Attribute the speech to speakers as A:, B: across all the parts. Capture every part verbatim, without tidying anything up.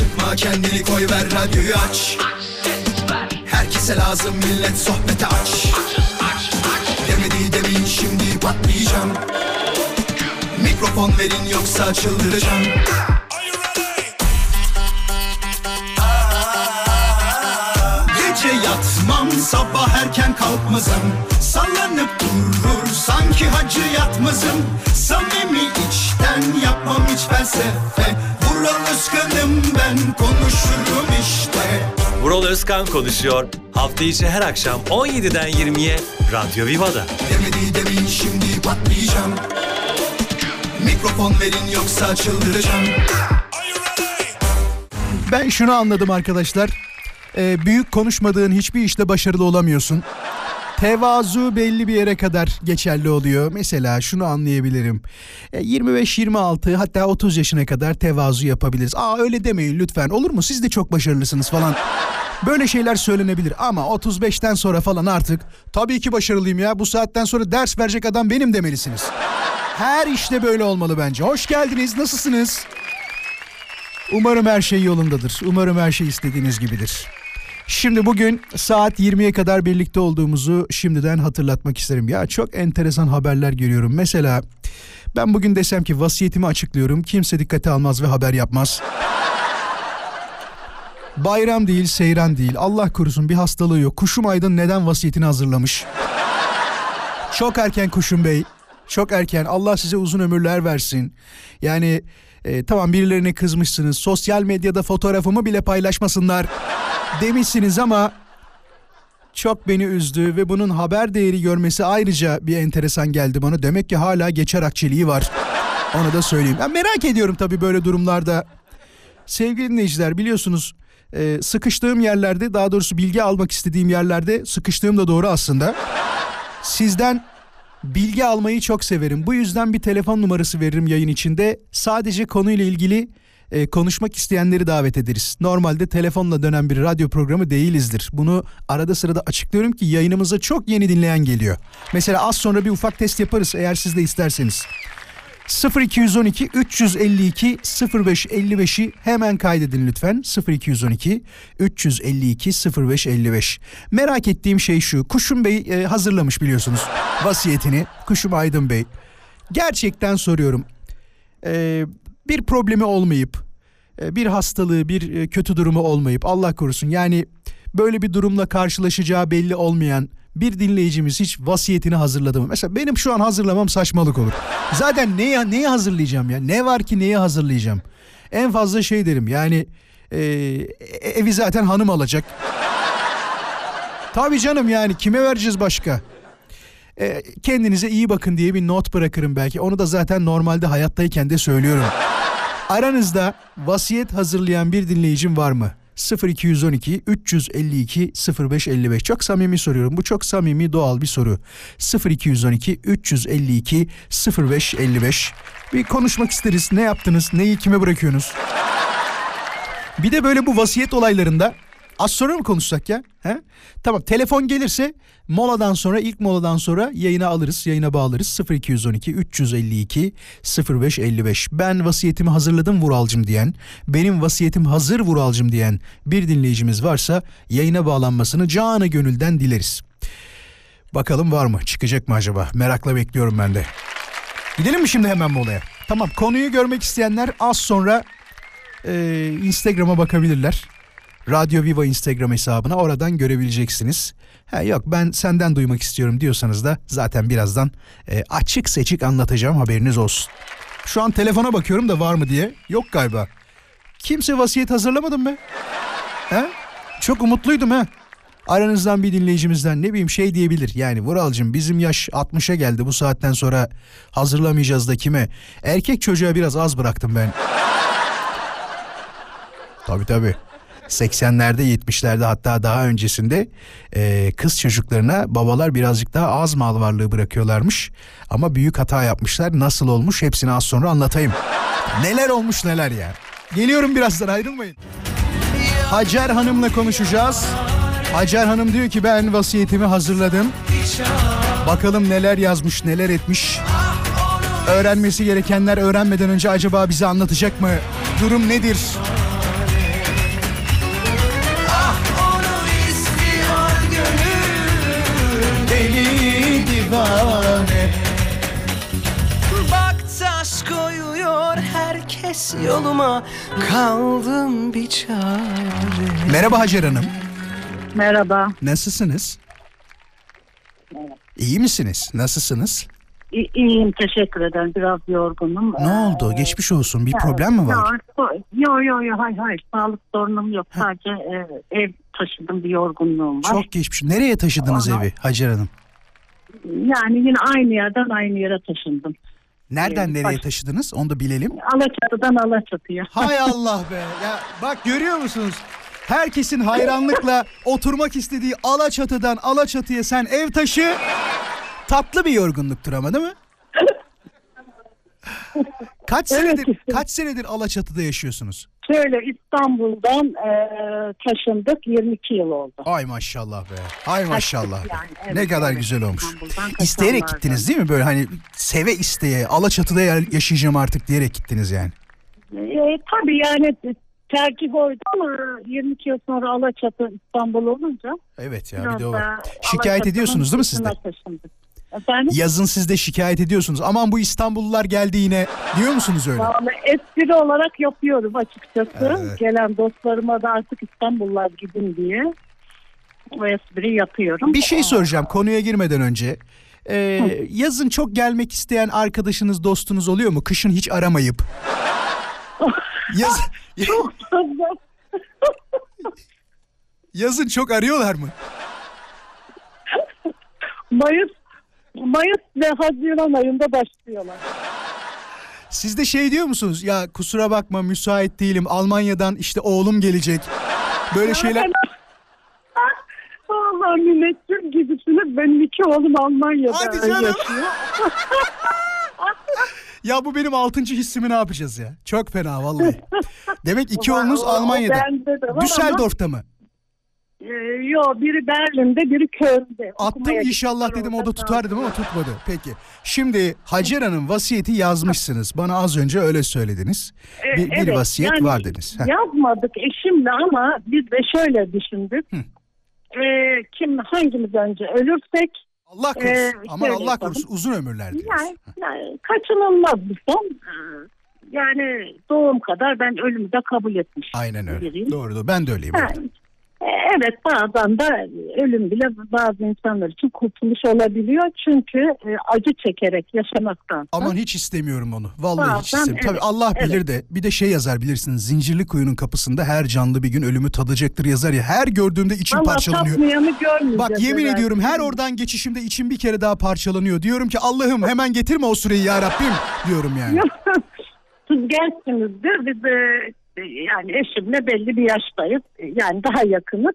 A: sıkma kendini, koy ver radyoyu aç. Herkese lazım millet, sohbete aç. Demedi demeyin şimdi patlayacağım. Mikrofon verin yoksa çıldıracağım. Gece yatmam sabah erken kalkmazım. Sallanıp durur sanki hacı yatmazım. Samimi içten yapmam hiç felsefe. Vural Özkan'ım ben, konuşurum işte.
B: Vural Özkan konuşuyor. Hafta içi her akşam on yediden yirmiye Radyo Viva'da.
A: Demedi demeyin şimdi patlayacağım. Mikrofon verin yoksa çıldıracağım.
C: Ben şunu anladım arkadaşlar. Ee, büyük konuşmadığın hiçbir işte başarılı olamıyorsun. Tevazu belli bir yere kadar geçerli oluyor. Mesela şunu anlayabilirim. E, yirmi beş yirmi altı hatta otuz yaşına kadar tevazu yapabiliriz. Aa öyle demeyin lütfen, olur mu? Siz de çok başarılısınız falan. Böyle şeyler söylenebilir ama otuz beşten sonra falan artık tabii ki başarılıyım ya, bu saatten sonra ders verecek adam benim demelisiniz. Her işte böyle olmalı bence. Hoş geldiniz, nasılsınız? Umarım her şey yolundadır. Umarım her şey istediğiniz gibidir. Şimdi bugün saat yirmiye kadar birlikte olduğumuzu şimdiden hatırlatmak isterim. Ya çok enteresan haberler görüyorum. Mesela ben bugün desem ki vasiyetimi açıklıyorum, kimse dikkate almaz ve haber yapmaz. Bayram değil, seyran değil, Allah korusun bir hastalığı yok. Kuşum Aydın neden vasiyetini hazırlamış? Çok erken Kuşum Bey, çok erken. Allah size uzun ömürler versin. Yani e, tamam birilerine kızmışsınız, sosyal medyada fotoğrafımı bile paylaşmasınlar demişsiniz ama çok beni üzdü ve bunun haber değeri görmesi ayrıca bir enteresan geldi bana. Demek ki hala geçer akçeliği var. Onu da söyleyeyim. Ben merak ediyorum tabii böyle durumlarda. Sevgili dinleyiciler, biliyorsunuz e, sıkıştığım yerlerde, daha doğrusu bilgi almak istediğim yerlerde, sıkıştığım da doğru aslında. Sizden bilgi almayı çok severim. Bu yüzden bir telefon numarası veririm yayın içinde. Sadece konuyla ilgili e, konuşmak isteyenleri davet ederiz. Normalde telefonla dönen bir radyo programı değilizdir. Bunu arada sırada açıklıyorum ki yayınımıza çok yeni dinleyen geliyor. Mesela az sonra bir ufak test yaparız eğer siz de isterseniz. sıfır iki on iki üç yüz elli iki sıfır beş elli beşi hemen kaydedin lütfen. sıfır iki on iki üç yüz elli iki sıfır beş elli beş. Merak ettiğim şey şu. Kuşum Bey e, hazırlamış biliyorsunuz vasiyetini. Kuşum Aydın Bey. Gerçekten soruyorum. E, bir problemi olmayıp, e, bir hastalığı, bir e, kötü durumu olmayıp, Allah korusun yani böyle bir durumla karşılaşacağı belli olmayan bir dinleyicimiz hiç vasiyetini hazırladı mı? Mesela benim şu an hazırlamam saçmalık olur. Zaten neye, neye hazırlayacağım ya? Ne var ki neye hazırlayacağım? En fazla şey derim yani e, evi zaten hanım alacak. Tabii canım, yani kime vereceğiz başka? E, kendinize iyi bakın diye bir not bırakırım belki. Onu da zaten normalde hayattayken de söylüyorum. Aranızda vasiyet hazırlayan bir dinleyicim var mı? sıfır iki on iki üç yüz elli iki sıfır beş elli beş. Çok samimi soruyorum. Bu çok samimi, doğal bir soru. sıfır iki on iki üç yüz elli iki sıfır beş elli beş. Bir konuşmak isteriz. Ne yaptınız? Neyi kime bırakıyorsunuz? Bir de böyle bu vasiyet olaylarında az sonra mı konuşsak ya? He? Tamam, telefon gelirse moladan sonra, ilk moladan sonra yayına alırız, yayına bağlarız. sıfır iki on iki üç yüz elli iki sıfır beş elli beş. Ben vasiyetimi hazırladım Vuralcım diyen, benim vasiyetim hazır Vuralcım diyen bir dinleyicimiz varsa yayına bağlanmasını canı gönülden dileriz. Bakalım var mı? Çıkacak mı acaba? Merakla bekliyorum ben de. Gidelim mi şimdi hemen molaya? Tamam, konuyu görmek isteyenler az sonra e, Instagram'a bakabilirler. Radyo Viva Instagram hesabına, oradan görebileceksiniz. Ha yok, ben senden duymak istiyorum diyorsanız da zaten birazdan e, açık seçik anlatacağım, haberiniz olsun. Şu an telefona bakıyorum da var mı diye. Yok galiba. Kimse vasiyet hazırlamadı mı? He? Çok umutluydum ha. Aranızdan bir dinleyicimizden ne bileyim şey diyebilir. Yani Vuralcığım bizim yaş altmışa geldi, bu saatten sonra hazırlamayacağız da kime? Erkek çocuğa biraz az bıraktım ben. Tabii tabii. seksenlerde yetmişlerde hatta daha öncesinde e, kız çocuklarına babalar birazcık daha az mal varlığı bırakıyorlarmış. Ama büyük hata yapmışlar. Nasıl olmuş hepsini az sonra anlatayım. Neler olmuş neler ya. Geliyorum birazdan, ayrılmayın. Hacer Hanım'la konuşacağız. Hacer Hanım diyor ki ben vasiyetimi hazırladım. Bakalım neler yazmış, neler etmiş. Öğrenmesi gerekenler öğrenmeden önce acaba bize anlatacak mı? Durum nedir?
D: kes yoluma, kaldım bir çare.
C: Merhaba Hacer Hanım.
E: Merhaba.
C: Nasılsınız? İyi misiniz? Nasılsınız?
E: İ- İyiyim, teşekkür ederim. Biraz yorgunum.
C: Ne oldu? Geçmiş olsun. Bir problem mi var?
E: Yok yok yok, hayır hayır. Sağlık sorunum yok. Sadece e, ev taşıdım, bir yorgunluğum var.
C: Çok geçmiş. Nereye taşıdınız
E: Ama-
C: evi Hacer Hanım?
E: Yani yine aynı yerden aynı yere taşındım.
C: Nereden
E: Ee,
C: nereye
E: baş-
C: taşıdınız? Onu da bilelim.
E: Alaçatı'dan Alaçatı'ya.
C: Hay Allah be. Ya bak görüyor musunuz? Herkesin hayranlıkla oturmak istediği Alaçatı'dan Alaçatı'ya sen ev taşı. Tatlı bir yorgunluktur ama değil mi? Kaç
E: Evet,
C: senedir
E: işte.
C: kaç senedir Alaçatı'da yaşıyorsunuz?
E: Şöyle İstanbul'dan e, taşındık, yirmi iki yıl oldu.
C: Ay maşallah be. Ay maşallah. be.
E: Yani, evet,
C: ne kadar
E: evet.
C: güzel olmuş.
E: İstanbul'dan
C: İsteyerek
E: kaçanlardan.
C: gittiniz değil mi? Böyle hani seve isteye Alaçatı'da ya- yaşayacağım artık diyerek gittiniz yani.
E: E, tabii yani tercih oydu ama yirmi iki yıl sonra Alaçatı İstanbul olunca
C: Evet ya bir
E: biraz
C: de o var.
E: daha
C: Şikayet
E: Alaçatı'nın
C: ediyorsunuz değil mi siz de?
E: dışına taşındık. Efendim?
C: Yazın siz de şikayet ediyorsunuz. Aman bu İstanbullular geldi yine diyor musunuz öyle?
E: Vallahi espri olarak yapıyorum açıkçası.
C: Evet.
E: Gelen dostlarıma da artık İstanbullular gidin diye o espri yapıyorum.
C: Bir şey soracağım konuya girmeden önce. Ee, yazın çok gelmek isteyen arkadaşınız, dostunuz oluyor mu? Kışın hiç aramayıp. Yaz,
E: Çok fazla.
C: yazın çok arıyorlar mı?
E: Mayıs, Mayıs ve Haziran ayında başlıyorlar.
C: Siz de şey diyor musunuz? Ya kusura bakma müsait değilim. Almanya'dan işte oğlum gelecek. Böyle şeyler.
E: Vallahi müneccim gibisiniz. Benim iki oğlum Almanya'da
C: Hadi canım.
E: yaşıyor.
C: Ya bu benim altıncı hissimi ne yapacağız ya? Çok fena vallahi. Demek iki
E: O-
C: oğlunuz
E: o- o
C: Almanya'da.
E: bende de var ama-
C: Düsseldorf'ta mı?
E: Ee, yo, biri Berlin'de, biri Köln'de.
C: Attım
E: Okumaya
C: inşallah
E: gittiler
C: dedim
E: orada.
C: o da tutar dedim ama tutmadı. Peki. Şimdi Hacer Hanım vasiyeti yazmışsınız. Bana az önce öyle söylediniz.
E: Ee,
C: Bir, bir
E: evet,
C: vasiyet
E: yani
C: var dediniz. Heh.
E: Yazmadık eşimle ama biz de şöyle düşündük.
C: Hı.
E: Ee, kim hangimiz önce ölürsek
C: Allah korusun.
E: Ee,
C: Aman
E: şöyle
C: Allah
E: yapalım.
C: korusun. Uzun ömürler diyoruz.
E: yani, yani kaçınılmaz bir son. Ee, Yani doğum kadar ben ölümü de kabul etmiş.
C: Aynen öyle.
E: biriyim.
C: Doğru doğru. Ben de öyleyim.
E: Ha,
C: evet.
E: e, Evet, bazen de ölüm bile bazı insanlar için kurtuluş olabiliyor. Çünkü e, acı çekerek yaşamaktan.
C: Aman hiç istemiyorum onu. Vallahi hiç
E: Bazen
C: istemiyorum. Tabii
E: evet,
C: Allah bilir
E: evet.
C: de bir de şey yazar bilirsiniz. Zincirli kuyunun kapısında her canlı bir gün ölümü tadacaktır yazar ya. Her gördüğümde içim
E: Allah
C: parçalanıyor.
E: tatmayanı görmeyeceğiz.
C: Bak yemin
E: herhalde.
C: ediyorum her oradan geçişimde içim bir kere daha parçalanıyor. Diyorum ki Allah'ım hemen getirme o süreyi ya Rabbim diyorum yani.
E: Siz gençsinizdir. Biz de e, yani eşimle belli bir yaştayız. E, Yani daha yakınız.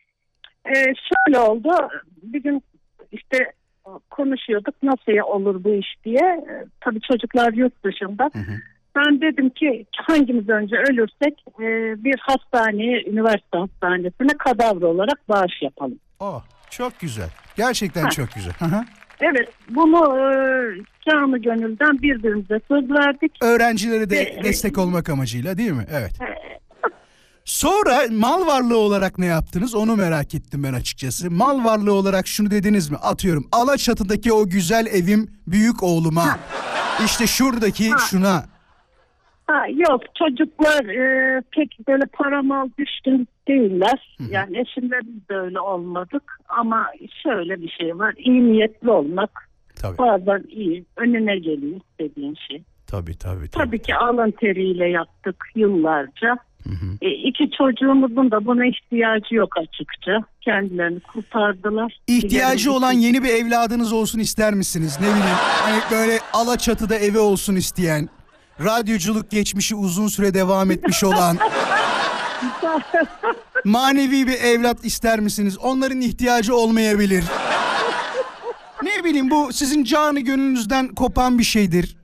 E: E, şöyle oldu. Bir gün işte konuşuyorduk nasıl olur bu iş diye. E, tabii çocuklar yurt dışında.
C: Hı hı.
E: Ben dedim ki hangimiz önce ölürsek e, bir hastaneye, üniversite hastanesine kadavra olarak bağış yapalım.
C: Oh, çok güzel. Gerçekten
E: Ha.
C: çok güzel. Hı hı.
E: Evet, bunu e, canı gönülden birbirimize söz verdik.
C: Öğrencilere de
E: Ve-
C: destek olmak amacıyla değil mi? Evet.
E: E,
C: Sonra mal varlığı olarak ne yaptınız? Onu merak ettim ben açıkçası. Mal varlığı olarak şunu dediniz mi? Atıyorum Alaçatı'daki o güzel evim büyük oğluma. İşte şuradaki şuna.
E: Ha, yok, çocuklar e, pek böyle paramal düşkün değiller. Yani eşimle biz de öyle olmadık. Ama şöyle bir şey var. İyi niyetli olmak
C: Tabii.
E: bazen iyi. Önüne geliyor istediğin şey.
C: Tabii tabii. tabii.
E: Tabii ki alın teriyle yaptık yıllarca. E, iki çocuğumuzun da buna ihtiyacı yok açıkça. Kendilerini kurtardılar.
C: İhtiyacı
E: İleri
C: olan
E: gittik.
C: yeni bir evladınız olsun ister misiniz? Ne bileyim hani böyle Alaçatı'da evi olsun isteyen, radyoculuk geçmişi uzun süre devam etmiş olan, manevi bir evlat ister misiniz? Onların ihtiyacı olmayabilir. Ne bileyim bu sizin canı gönlünüzden kopan bir şeydir.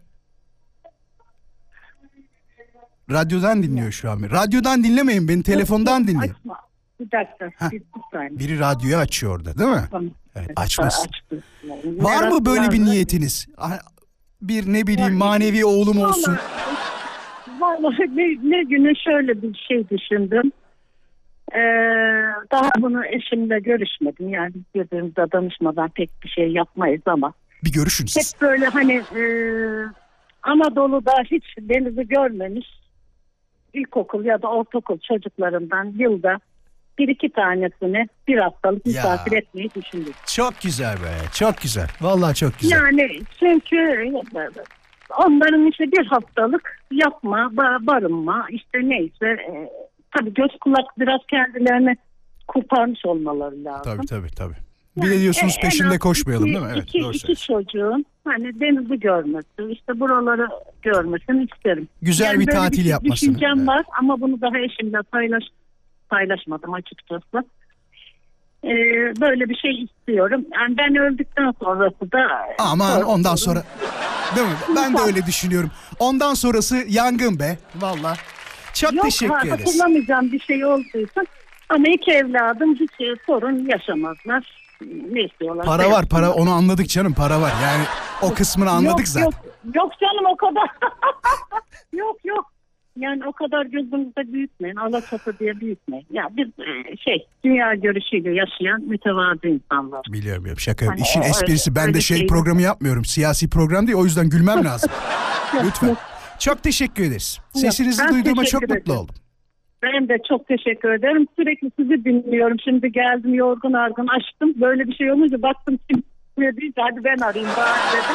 C: Radyodan dinliyor şu an. Radyodan dinlemeyin beni, telefondan dinleyin.
E: Açma. Bir dakika.
C: Heh.
E: Bir, bir saniye.
C: Biri radyoyu açıyor orada değil mi?
E: Tamam.
C: Evet, açmasın.
E: Açtı.
C: Var mı böyle bir
E: Meraklar-
C: niyetiniz? Ah, Bir ne bileyim
E: Var.
C: manevi oğlum olsun.
E: Vallahi, vallahi ne, ne güne şöyle bir şey düşündüm. Ee, daha bunu eşimle görüşmedim. Yani birbirimize danışmadan pek bir şey yapmayız ama.
C: Bir görüşün siz.
E: Hep böyle hani e, Anadolu'da hiç denizi görmemiş ilkokul ya da ortaokul çocuklarından yılda bir iki tanesini bir haftalık
C: Ya.
E: misafir etmeyi düşündük.
C: Çok güzel be. Çok güzel. Vallahi çok güzel.
E: Yani çünkü onların işte bir haftalık yapma, ba- barınma işte neyse e, tabii göz kulak biraz kendilerini kurtarmış olmaları lazım.
C: Tabii tabii tabii. Bir
E: Yani
C: de diyorsunuz
E: en- en
C: peşinde
E: az
C: koşmayalım
E: iki-
C: değil mi? Evet,
E: iki,
C: doğru
E: iki
C: söylüyorsun.
E: çocuğun hani denizi görmesi, işte buraları görmesini isterim.
C: Güzel bir
E: böyle
C: tatil
E: şey-
C: yapmasını.
E: Düşüncem
C: Evet.
E: var ama bunu daha eşimle paylaş paylaşmadım açıkçası. Ee, böyle bir şey istiyorum. Yani ben öldükten sonrası da
C: Aman ondan
E: sorun.
C: sonra değil mi? Ben de öyle düşünüyorum. Ondan sonrası yangın be. Vallahi. Çok
E: Yok,
C: teşekkür
E: ha,
C: ederiz.
E: hatırlamayacağım bir şey olduysa ama iki evladım hiç e, sorun yaşamazlar. Ne istiyorlar?
C: Para var para, onu anladık canım, para var. Yani o kısmını anladık
E: yok,
C: zaten.
E: Yok, yok canım o kadar. yok yok. Yani o kadar gözünüzde büyütmeyin. Alaçatı diye büyütmeyin. Ya biz e, şey dünya görüşüyle yaşayan mütevazı insanlar.
C: Biliyorum biliyorum, şaka yapıyorum.
E: Hani
C: İşin
E: o öyle-
C: esprisi, ben de
E: öyle
C: şey
E: şey-
C: programı yapmıyorum. Siyasi program değil, o yüzden gülmem lazım. Lütfen.
E: yok.
C: Çok teşekkür ederiz.
E: Yok,
C: Sesinizi
E: ben
C: duyduğuma çok
E: teşekkür
C: mutlu
E: ederim.
C: oldum.
E: Ben de çok teşekkür ederim. Sürekli sizi dinliyorum. Şimdi geldim yorgun argın açtım. Böyle bir şey olunca baktım kim ne deyince hadi ben arayayım bari dedim.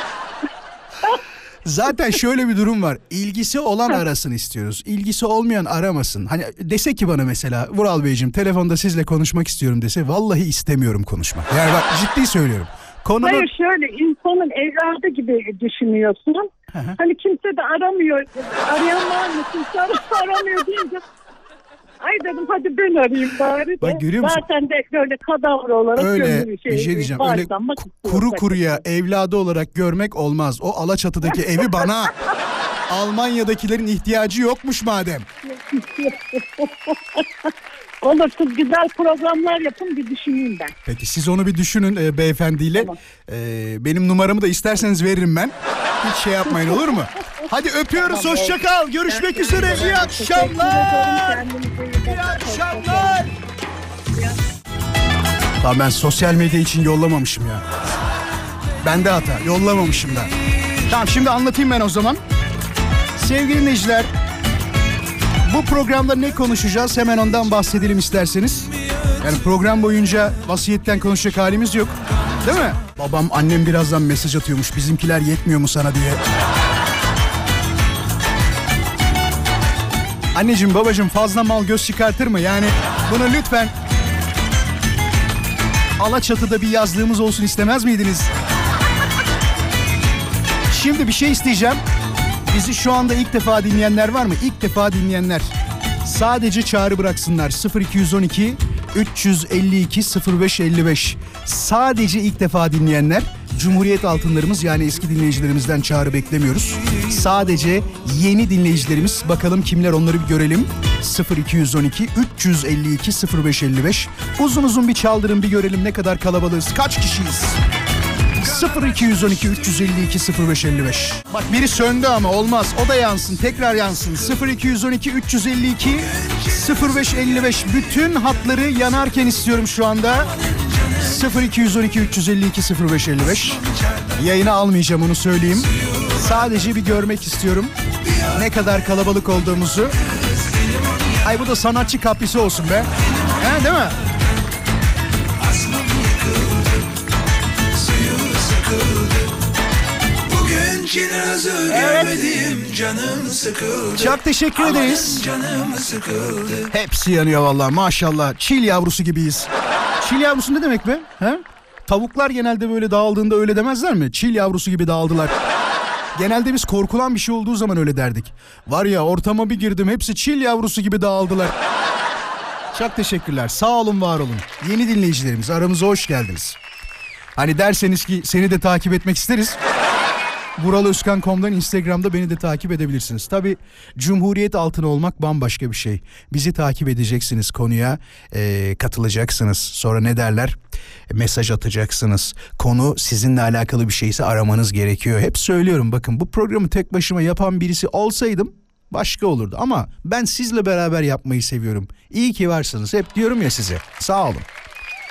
C: Zaten şöyle bir durum var. İlgisi olan arasın istiyoruz. İlgisi olmayan aramasın. Hani dese ki bana mesela, Vural Beyciğim telefonda sizle konuşmak istiyorum dese, vallahi istemiyorum konuşmak. Yani bak, ciddi söylüyorum. Konunun...
E: Hayır şöyle insanın evladı gibi düşünüyorsun. Hani kimse de aramıyor. Arayan var mı? Kimse aramıyor deyince ay dedim hadi ben arayayım bari de.
C: Bak, görüyor musun?
E: Zaten de böyle kadavra olarak
C: Öyle
E: gönül
C: bir şey diyeceğim. Öyle
E: bağışlanmak
C: ku-
E: istiyorum.
C: kuru kuruya evladı olarak görmek olmaz. O Alaçatı'daki evi bana. Almanya'dakilerin ihtiyacı yokmuş madem.
E: Olur, siz güzel programlar yapın, bir düşüneyim ben.
C: Peki siz onu bir düşünün e, beyefendiyle.
E: Tamam.
C: E, benim numaramı da isterseniz veririm ben. Hiç şey yapmayın, olur mu? Hadi öpüyoruz,
E: Tamam,
C: hoşça kal. Görüşmek üzere. İyi akşamlar. İyi akşamlar. Tamam, ben sosyal medya için yollamamışım ya. Bende hata, yollamamışım da. Tamam, şimdi anlatayım ben o zaman. Sevgili dinleyiciler, bu programda ne konuşacağız, hemen ondan bahsedelim isterseniz. Yani program boyunca vasiyetten konuşacak halimiz yok. Değil mi? Babam, annem birazdan mesaj atıyormuş. Bizimkiler yetmiyor mu sana diye. Anneciğim, babacığım, fazla mal göz çıkartır mı? Yani bunu lütfen Alaçatı'da bir yazlığımız olsun istemez miydiniz? Şimdi bir şey isteyeceğim. Bizi şu anda ilk defa dinleyenler var mı? İlk defa dinleyenler sadece çağrı bıraksınlar. sıfır iki on iki üç yüz elli iki sıfır beş elli beş. Sadece ilk defa dinleyenler, Cumhuriyet altınlarımız, yani eski dinleyicilerimizden çağrı beklemiyoruz. Sadece yeni dinleyicilerimiz, bakalım kimler, onları bir görelim. sıfır iki on iki üç yüz elli iki sıfır beş elli beş. Uzun uzun bir çaldırın, bir görelim ne kadar kalabalığız, kaç kişiyiz? sıfır iki on iki üç yüz elli iki sıfır beş elli beş. Bak, biri söndü ama olmaz, o da yansın, tekrar yansın. sıfır iki on iki üç yüz elli iki sıfır beş elli beş. Bütün hatları yanarken istiyorum şu anda. sıfır iki on iki üç yüz elli iki sıfır beş elli beş. Yayına almayacağım, onu söyleyeyim. Sadece bir görmek istiyorum ne kadar kalabalık olduğumuzu. Ay, bu da sanatçı kaprisi olsun be. He, değil mi?
A: Bugün kirazı görmedim, canım sıkıldı.
C: Çok teşekkür ederiz.
A: Canım sıkıldı.
C: Hepsi yanıyor vallahi, maşallah. Çil yavrusu gibiyiz. Çil yavrusu ne demek be? He? Tavuklar genelde böyle dağıldığında öyle demezler mi? Çil yavrusu gibi dağıldılar. Genelde biz korkulan bir şey olduğu zaman öyle derdik. Var ya, ortama bir girdim, hepsi çil yavrusu gibi dağıldılar. Çok teşekkürler. Sağ olun, var olun. Yeni dinleyicilerimiz, aramıza hoş geldiniz. Hani derseniz ki seni de takip etmek isteriz, vural özkan nokta com'dan Instagram'da beni de takip edebilirsiniz. Tabii Cumhuriyet altını olmak bambaşka bir şey. Bizi takip edeceksiniz, konuya e, katılacaksınız. Sonra ne derler? E, mesaj atacaksınız. Konu sizinle alakalı bir şeyse aramanız gerekiyor. Hep söylüyorum, bakın, bu programı tek başıma yapan birisi olsaydım başka olurdu. Ama ben sizle beraber yapmayı seviyorum. İyi ki varsınız. Hep diyorum ya size. Sağ olun.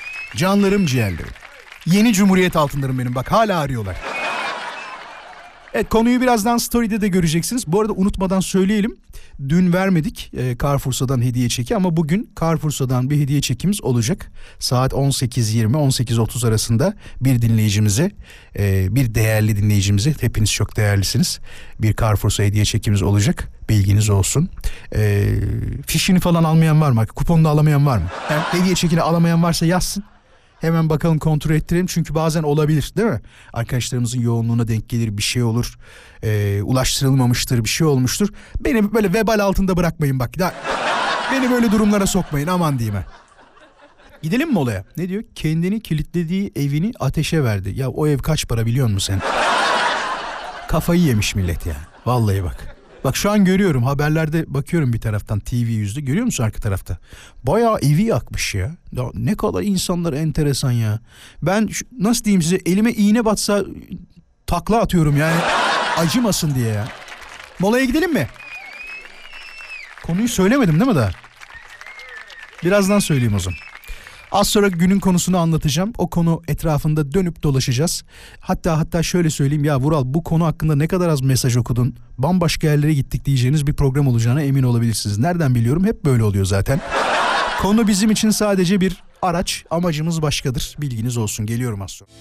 C: Canlarım, ciğerlerim. Yeni Cumhuriyet altınlarım benim. Bak, hala arıyorlar. Evet, konuyu birazdan story'de de göreceksiniz. Bu arada unutmadan söyleyelim. Dün vermedik e, Carrefour'dan hediye çeki ama bugün Carrefour'dan bir hediye çekimiz olacak. Saat on sekiz yirmi on sekiz otuz arasında bir dinleyicimize, e, bir değerli dinleyicimize, hepiniz çok değerlisiniz, bir Carrefour'a hediye çekimiz olacak. Bilginiz olsun. E, fişini falan almayan var mı? Kuponunu alamayan var mı? Yani hediye çekini alamayan varsa yazsın. Hemen bakalım, kontrol ettirelim çünkü bazen olabilir değil mi? Arkadaşlarımızın yoğunluğuna denk gelir, bir şey olur. E, ulaştırılmamıştır, bir şey olmuştur. Beni böyle vebal altında bırakmayın bak. Daha, beni böyle durumlara sokmayın, aman diyeyim ha. Gidelim mi olaya? Ne diyor? Kendini kilitlediği evini ateşe verdi. Ya o ev kaç para biliyor musun sen? Kafayı yemiş millet ya. Vallahi bak. Bak şu an görüyorum, haberlerde bakıyorum bir taraftan, T V yüzde. Görüyor musun arka tarafta? Bayağı evi yakmış ya. Ya ne kadar insanlar enteresan ya. Ben şu, nasıl diyeyim size, elime iğne batsa takla atıyorum yani. Acımasın diye ya. Molaya gidelim mi? Konuyu söylemedim değil mi daha? Birazdan söyleyeyim o zaman. Az sonra günün konusunu anlatacağım. O konu etrafında dönüp dolaşacağız. Hatta hatta şöyle söyleyeyim, ya Vural bu konu hakkında ne kadar az mesaj okudun. Bambaşka yerlere gittik diyeceğiniz bir program olacağına emin olabilirsiniz. Nereden biliyorum? Hep böyle oluyor zaten. Konu bizim için sadece bir araç. Amacımız başkadır. Bilginiz olsun. Geliyorum az sonra.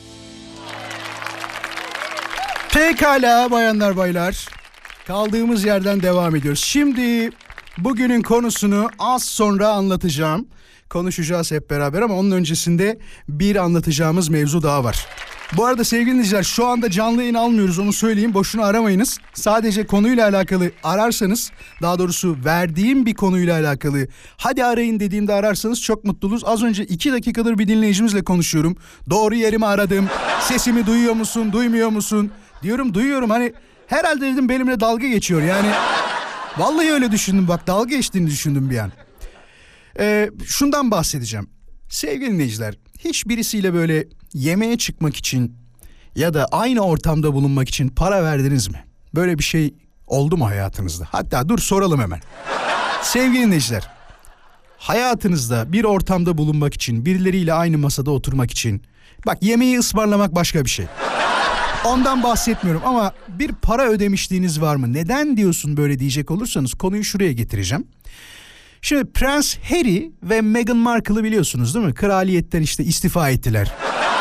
C: Pekala bayanlar baylar. Kaldığımız yerden devam ediyoruz. Şimdi bugünün konusunu az sonra anlatacağım. Konuşacağız hep beraber ama onun öncesinde bir anlatacağımız mevzu daha var. Bu arada sevgili dinleyiciler, şu anda canlı yayın almıyoruz, onu söyleyeyim. Boşuna aramayınız. Sadece konuyla alakalı ararsanız, daha doğrusu verdiğim bir konuyla alakalı hadi arayın dediğimde ararsanız çok mutluyuz. Az önce iki dakikadır bir dinleyicimizle konuşuyorum. Doğru yerimi aradım. Sesimi duyuyor musun, duymuyor musun? Diyorum duyuyorum, hani herhalde dedim benimle dalga geçiyor yani. Vallahi öyle düşündüm, bak dalga geçtiğini düşündüm bir an. Ee, şundan bahsedeceğim. Sevgili dinleyiciler, hiç birisiyle böyle yemeğe çıkmak için ya da aynı ortamda bulunmak için para verdiniz mi? Böyle bir şey oldu mu hayatınızda? Hatta dur soralım hemen. Sevgili dinleyiciler, hayatınızda bir ortamda bulunmak için, birileriyle aynı masada oturmak için, bak yemeği ısmarlamak başka bir şey. Ondan bahsetmiyorum ama bir para ödemişliğiniz var mı? Neden diyorsun böyle diyecek olursanız konuyu şuraya getireceğim. Şimdi Prens Harry ve Meghan Markle'ı biliyorsunuz değil mi? Kraliyetten işte istifa ettiler.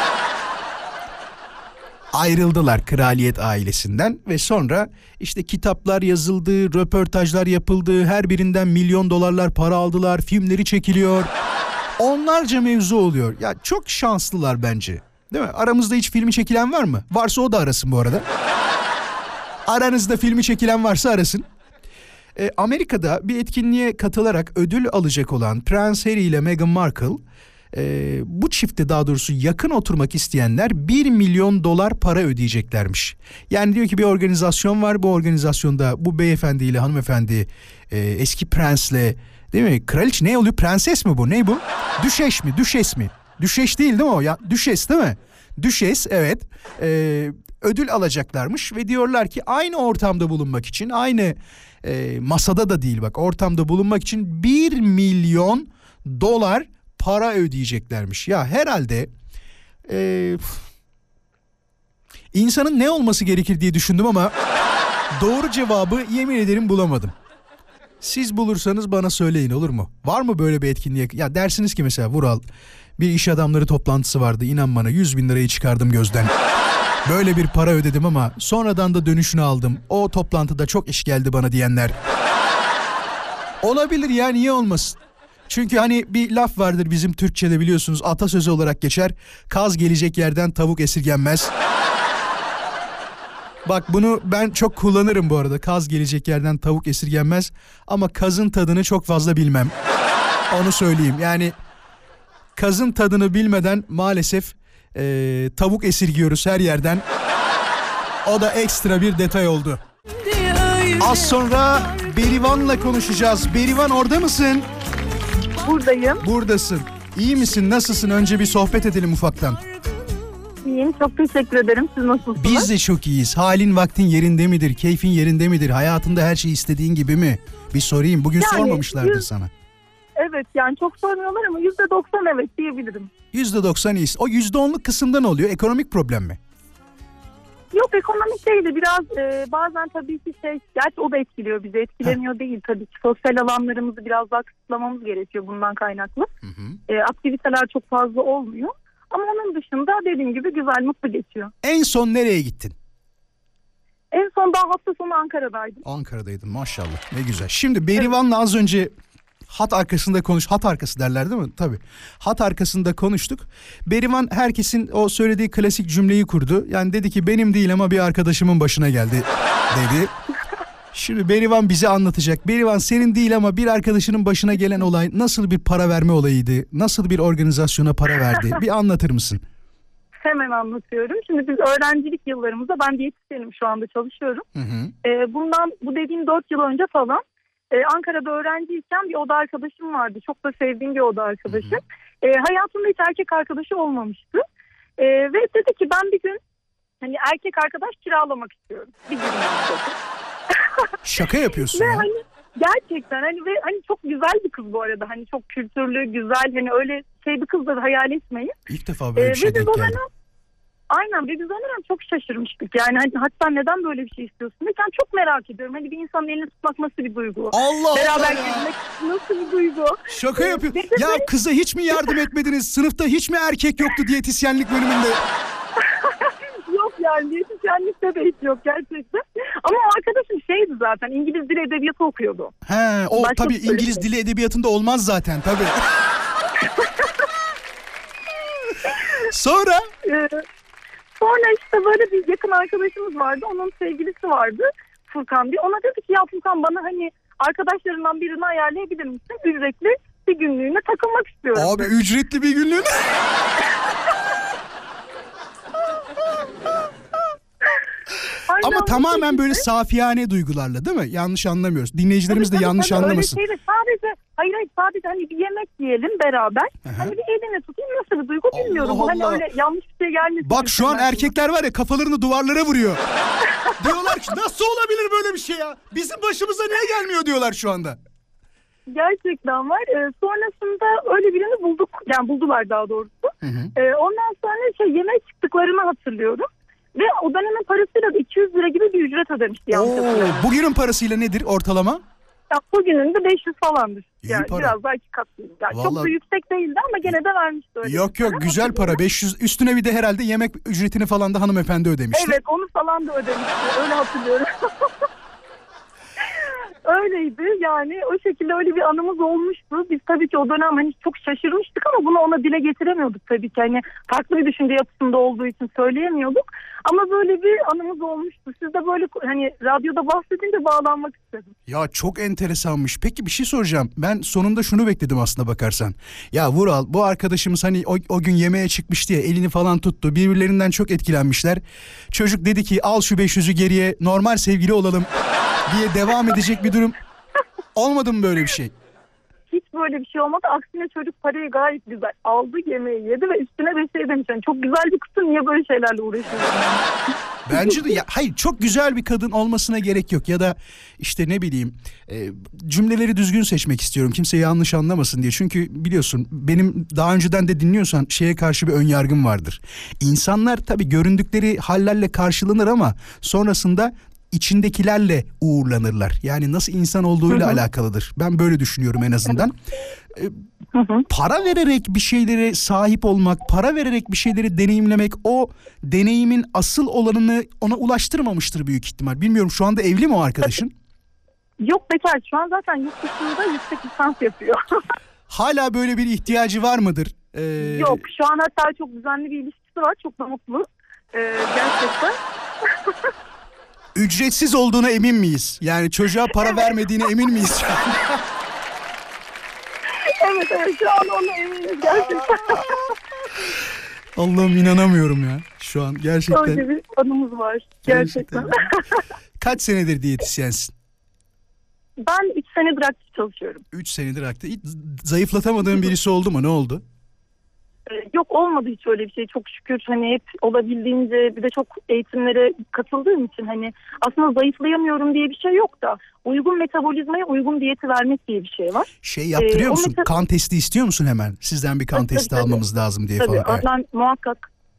C: Ayrıldılar kraliyet ailesinden ve sonra işte kitaplar yazıldı, röportajlar yapıldı, her birinden milyon dolarlar para aldılar, filmleri çekiliyor. Onlarca mevzu oluyor. Ya çok şanslılar bence. Değil mi? Aramızda hiç filmi çekilen var mı? Varsa o da arasın bu arada. Aranızda filmi çekilen varsa arasın. E, Amerika'da bir etkinliğe katılarak ödül alacak olan Prens Harry ile Meghan Markle, e, bu çifte daha doğrusu yakın oturmak isteyenler bir milyon dolar para ödeyeceklermiş. Yani diyor ki bir organizasyon var, bu organizasyonda bu beyefendi ile hanımefendi, e, eski prensle, değil mi? Kraliçe ne oluyor? Prenses mi bu? Ne bu? Düşeş mi? Düşes mi? Düşeş değil değil mi o? Ya, düşes değil mi? Düşes, evet. Ee, ödül alacaklarmış ve diyorlar ki aynı ortamda bulunmak için, aynı e, masada da değil bak, ortamda bulunmak için bir milyon dolar para ödeyeceklermiş. Ya herhalde e, insanın ne olması gerekir diye düşündüm ama doğru cevabı yemin ederim bulamadım. Siz bulursanız bana söyleyin, olur mu? Var mı böyle bir etkinliğe? Ya dersiniz ki mesela Vural, bir iş adamları toplantısı vardı, inan bana yüz bin lirayı çıkardım gözden. Böyle bir para ödedim ama sonradan da dönüşünü aldım. O toplantıda çok iş geldi bana diyenler. Olabilir ya, niye olmasın? Çünkü hani bir laf vardır bizim Türkçe'de, biliyorsunuz, atasözü olarak geçer. Kaz gelecek yerden tavuk esirgenmez. Bak bunu ben çok kullanırım bu arada. Kaz gelecek yerden tavuk esirgenmez. Ama kazın tadını çok fazla bilmem. Onu söyleyeyim. Yani kazın tadını bilmeden maalesef e, tavuk esirgiyoruz her yerden. O da ekstra bir detay oldu. Az sonra Berivan'la konuşacağız. Berivan, orada mısın?
E: Buradayım.
C: Buradasın. İyi misin? Nasılsın? Önce bir sohbet edelim ufaktan.
E: İyiyim. Çok teşekkür ederim. Siz nasılsınız?
C: Biz de çok iyiyiz. Halin vaktin yerinde midir? Keyfin yerinde midir? Hayatında her şey istediğin gibi mi? Bir sorayım. Bugün
E: yani,
C: sormamışlardır
E: yüz...
C: sana.
E: Evet, yani çok sormuyorlar ama yüzde doksan evet diyebilirim.
C: Yüzde doksan iyiyiz. O yüzde onluk kısımda ne oluyor? Ekonomik problem mi?
E: Yok, ekonomik değil de biraz e, bazen tabii ki şey, gerçi o da etkiliyor bizi, etkilemiyor değil tabii ki. Sosyal alanlarımızı biraz daha kısıtlamamız gerekiyor bundan kaynaklı. Hı hı. E, aktiviteler çok fazla olmuyor. Ama onun dışında dediğim gibi güzel, mutlu geçiyor.
C: En son nereye gittin?
E: En son daha hafta sonu Ankara'daydım.
C: Ankara'daydın maşallah, ne güzel. Şimdi Berivan'la az önce hat arkasında konuş, hat arkası derler değil mi? Tabii. Hat arkasında konuştuk. Berivan herkesin o söylediği klasik cümleyi kurdu. Yani dedi ki benim değil ama bir arkadaşımın başına geldi dedi. Şimdi Berivan bize anlatacak. Berivan, senin değil ama bir arkadaşının başına gelen olay nasıl bir para verme olayıydı? Nasıl bir organizasyona para verdi? Bir anlatır mısın?
E: Hemen anlatıyorum. Şimdi biz öğrencilik yıllarımızda, ben diyetisyenim, şu anda çalışıyorum. Hı hı. Ee, bundan bu dediğim dört yıl önce falan e, Ankara'da öğrenciyken bir oda arkadaşım vardı. Çok da sevdiğim bir oda arkadaşım. Hı hı. E, hayatımda hiç erkek arkadaşı olmamıştı. E, ve dedi ki ben bir gün hani erkek arkadaş kiralamak istiyorum. Bir gün
C: Şaka yapıyorsun
E: ve
C: ya.
E: Hani, gerçekten hani ve hani çok güzel bir kız bu arada. Hani çok kültürlü, güzel, hani öyle şey bir kız da hayal etmeyin.
C: İlk defa böyle bir
E: ee,
C: şey denk geldi.
E: Aynen, ve biz o dönem çok şaşırmıştık. Yani hani, hatta neden böyle bir şey istiyorsun? Ben çok merak ediyorum. Hani bir insanın elini tutmak nasıl bir duygu?
C: Allah
E: Beraber
C: Allah
E: gezmek nasıl bir duygu?
C: Şaka yapıyor.
E: Ee,
C: Ya
E: böyle...
C: kıza hiç mi yardım etmediniz? Sınıfta hiç mi erkek yoktu diyetisyenlik bölümünde?
E: Yok yani, diyetisyenlikte de hiç yok gerçekten. Ama o arkadaşım şeydi zaten, İngiliz dili edebiyatı okuyordu.
C: He, o
E: Başka
C: tabii İngiliz şey. Dili edebiyatında olmaz zaten tabii. Sonra?
E: Ee, sonra işte böyle bir yakın arkadaşımız vardı. Onun sevgilisi vardı, Furkan diye. Ona dedi ki ya Furkan, bana hani arkadaşlarından birini ayarlayabilir misin? Ücretli bir günlüğüne takılmak istiyorum.
C: Abi dedi. Ücretli bir günlüğüne? Ama tamamen böyle safiyane duygularla değil mi? Yanlış anlamıyoruz. Dinleyicilerimiz tabii, de tabii, yanlış tabii, anlamasın.
E: Öyle şeyde sadece hayır hayır sadece hani bir yemek yiyelim beraber. Aha. Hani bir elini tutayım, nasıl bir duygu bilmiyorum. Allah hani Allah. Öyle yanlış bir şey gelmesin.
C: Bak şu an erkekler var ya, kafalarını duvarlara vuruyor. Diyorlar ki nasıl olabilir böyle bir şey ya? Bizim başımıza niye gelmiyor diyorlar şu anda.
E: Gerçekten var. Ee, sonrasında öyle birini bulduk. Yani buldular daha doğrusu. Hı hı. Ee, ondan sonra şey, yemeğe çıktıklarını hatırlıyorum. Ve o dönemin parasıyla da iki yüz lira gibi bir ücret ödemişti.
C: Oo, bugünün parasıyla nedir ortalama?
E: Ya bugünün de beş yüz falandır.
C: İyi
E: yani
C: para.
E: Biraz daha iki katlı. Yani çok da yüksek değildi ama gene de vermişti öyle.
C: Yok yok, güzel para. beş yüz üstüne bir de herhalde yemek ücretini falan da hanımefendi ödemişti.
E: Evet, onu falan da ödemişti. Öyle hatırlıyorum. Öyleydi yani, o şekilde öyle bir anımız olmuştu. Biz tabii ki o dönem hani çok şaşırmıştık ama bunu ona dile getiremiyorduk tabii ki. Hani farklı bir düşünce yapısında olduğu için söyleyemiyorduk. Ama böyle bir anımız olmuştu. Siz de böyle hani radyoda bahsedince bağlanmak istedim.
C: Ya çok enteresanmış. Peki bir şey soracağım. Ben sonunda şunu bekledim aslına bakarsan. Ya Vural, bu arkadaşımız hani o, o gün yemeğe çıkmıştı ya, elini falan tuttu. Birbirlerinden çok etkilenmişler. Çocuk dedi ki al şu beş yüzü geriye, normal sevgili olalım diye devam edecek bir durum olmadı mı böyle bir şey?
E: Hiç böyle bir şey olmadı. Aksine çocuk parayı gayet güzel aldı, yemeği yedi ve üstüne de şey demiş. Yani çok güzel bir kızsın, niye böyle şeylerle uğraşıyorsun?
C: Bence de ya, hayır, çok güzel bir kadın olmasına gerek yok ya da işte ne bileyim e, cümleleri düzgün seçmek istiyorum, kimse yanlış anlamasın diye. Çünkü biliyorsun, benim daha önceden de dinliyorsan şeye karşı bir ön yargım vardır. İnsanlar tabii göründükleri hallerle karşılanır ama sonrasında içindekilerle uğurlanırlar. Yani nasıl insan olduğuyla hı hı. alakalıdır. Ben böyle düşünüyorum en azından. Ee, hı hı. Para vererek bir şeylere sahip olmak, para vererek bir şeyleri deneyimlemek, o deneyimin asıl olanını ona ulaştırmamıştır büyük ihtimal. Bilmiyorum, şu anda evli mi o arkadaşın?
E: Yok, bekar. Şu an zaten yurt dışında yüksek lisans yapıyor.
C: Hala böyle bir ihtiyacı var mıdır? Ee...
E: Yok, şu an hatta çok düzenli bir ilişkisi var. Çok da mutlu. Ee, gerçekten.
C: Ücretsiz olduğuna emin miyiz? Yani çocuğa para vermediğine emin miyiz?
E: Evet evet, şu an ona eminiz gerçekten.
C: Allah'ım, inanamıyorum ya şu an gerçekten.
E: Öyle bir anımız var gerçekten. gerçekten.
C: Kaç senedir diyetisyensin?
E: Ben üç senedir aktif çalışıyorum.
C: üç senedir aktif. Hiç zayıflatamadığın birisi oldu mu? Ne oldu?
E: Yok, olmadı hiç öyle bir şey, çok şükür. Hani hep olabildiğince, bir de çok eğitimlere katıldığım için hani aslında zayıflayamıyorum diye bir şey yok da uygun metabolizmaya uygun diyeti vermek diye bir şey var.
C: Şey yaptırıyor ee, musun? Meta... Kan testi istiyor musun hemen? Sizden bir kan tabii, testi tabii. almamız lazım diye
E: tabii,
C: falan.
E: Evet. Ben muhakkak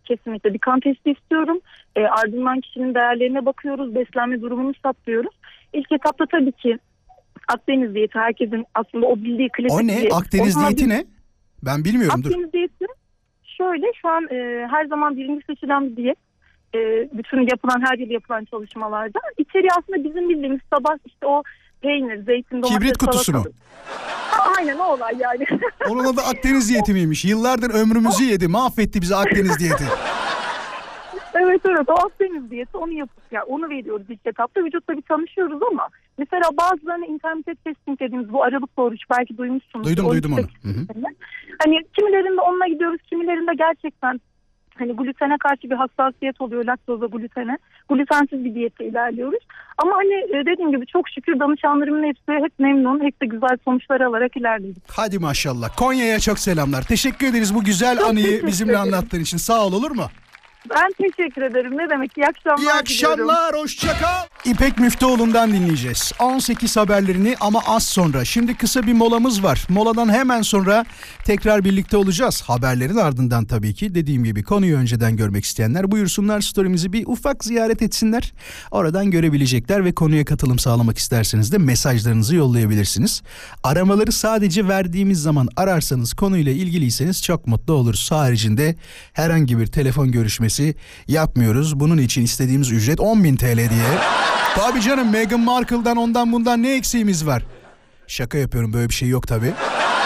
F: kesinlikle bir kan testi istiyorum. E, ardından kişinin değerlerine bakıyoruz. Beslenme durumunu saptıyoruz. İlk etapta tabii ki Akdeniz diyeti, herkesin aslında o bildiği klasik
C: O ne?
F: diyet.
C: Akdeniz
F: Onunla
C: diyeti
F: bir...
C: ne? Ben bilmiyorum.
F: Akdeniz
C: dur.
F: diyeti şöyle, şu an e, her zaman birinci seçilen bir diyet. E, bütün yapılan, her yıl yapılan çalışmalarda. İçeriği aslında bizim bildiğimiz sabah işte o peynir, zeytin, domates,
C: Kibrit kutusu mu?
F: Ha, aynen o olay yani.
C: Onun adı Akdeniz diyeti miymiş? Yıllardır ömrümüzü yedi. Mahvetti bizi Akdeniz diyeti.
F: Evet evet, o Akdeniz diyeti, onu yapıp yani onu veriyoruz ilk etapta. Vücutla bir tanışıyoruz ama mesela bazılarına intermittent fasting dediğimiz bu aralıklı oruç, belki duymuşsunuz.
C: Duydum duydum onu. Hı hı.
F: Hani kimilerinde onunla gidiyoruz, kimilerinde gerçekten hani glutene karşı bir hassasiyet oluyor, laktoza, glutene. Glutensiz bir diyette ilerliyoruz. Ama hani dediğim gibi çok şükür danışanlarımın hepsi hep memnun, hep de güzel sonuçlar alarak ilerliyoruz.
C: Hadi maşallah. Konya'ya çok selamlar. Teşekkür ederiz bu güzel
F: Çok
C: anıyı bizimle
F: ederim.
C: anlattığın için. Sağ ol, olur mu?
F: Ben teşekkür ederim. Ne demek? İyi akşamlar
C: İyi
F: diliyorum.
C: akşamlar, hoşça kal. İpek Müftüoğlu'ndan dinleyeceğiz. on sekiz haberlerini ama az sonra. Şimdi kısa bir molamız var. Moladan hemen sonra tekrar birlikte olacağız. Haberlerin ardından tabii ki dediğim gibi konuyu önceden görmek isteyenler buyursunlar, story'mizi bir ufak ziyaret etsinler. Oradan görebilecekler ve konuya katılım sağlamak isterseniz de mesajlarınızı yollayabilirsiniz. Aramaları sadece verdiğimiz zaman ararsanız, konuyla ilgiliyseniz çok mutlu oluruz. Haricinde herhangi bir telefon görüşmesi yapmıyoruz. Bunun için istediğimiz ücret on bin T L diye. Tabii canım, Meghan Markle'dan ondan bundan ne eksiğimiz var? Şaka yapıyorum, böyle bir şey yok tabii.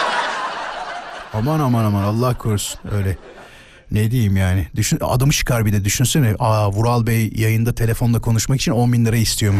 C: Aman aman aman, Allah korusun öyle. Ne diyeyim yani? Düşün, adımı çıkar bir de, düşünsene. Aa, Vural Bey yayında telefonla konuşmak için on bin lira istiyormuş.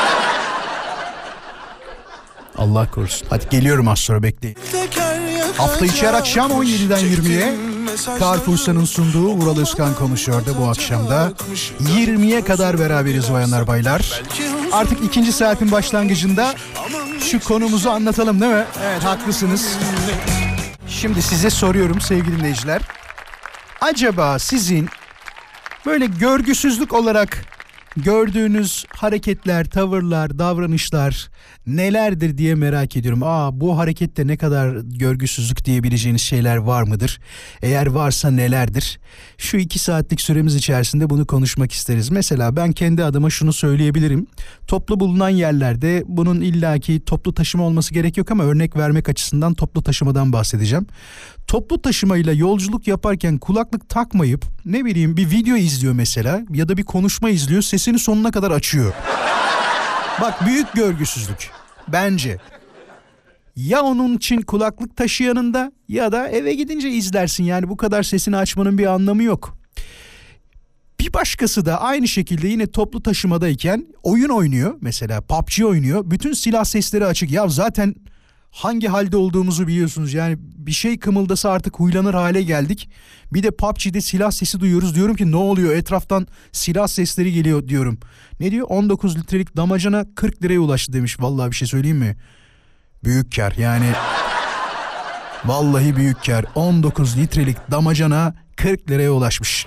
C: Allah korusun. Hadi geliyorum az sonra, bekleyin. Hafta içi her akşam on yediden yirmiye Carrefour'un sunduğu Vural Özkan konuşuyordu bu akşamda. yirmiye kadar beraberiz bayanlar baylar. Artık ikinci saatin başlangıcında şu konumuzu anlatalım değil mi? Evet, haklısınız. Şimdi size soruyorum sevgili dinleyiciler. Acaba sizin böyle görgüsüzlük olarak gördüğünüz hareketler, tavırlar, davranışlar nelerdir diye merak ediyorum. Aa, bu harekette ne kadar görgüsüzlük diyebileceğiniz şeyler var mıdır? Eğer varsa nelerdir? Şu iki saatlik süremiz içerisinde bunu konuşmak isteriz. Mesela ben kendi adıma şunu söyleyebilirim. Toplu bulunan yerlerde bunun illaki toplu taşıma olması gerek yok ama örnek vermek açısından toplu taşımadan bahsedeceğim. Toplu taşımayla yolculuk yaparken kulaklık takmayıp ne bileyim bir video izliyor mesela ya da bir konuşma izliyor, sesini sonuna kadar açıyor. Bak, büyük görgüsüzlük bence. Ya onun için kulaklık taşı yanında ya da eve gidince izlersin, yani bu kadar sesini açmanın bir anlamı yok. Bir başkası da aynı şekilde yine toplu taşımadayken oyun oynuyor, mesela P U B G oynuyor, bütün silah sesleri açık. Ya zaten hangi halde olduğumuzu biliyorsunuz, yani bir şey kımıldasa artık huylanır hale geldik. Bir de P U B G'de silah sesi duyuyoruz, diyorum ki ne oluyor, etraftan silah sesleri geliyor diyorum. Ne diyor? on dokuz litrelik damacana kırk liraya ulaştı demiş. Vallahi bir şey söyleyeyim mi? Büyük kar yani. Vallahi büyük kar. on dokuz litrelik damacana kırk liraya ulaşmış.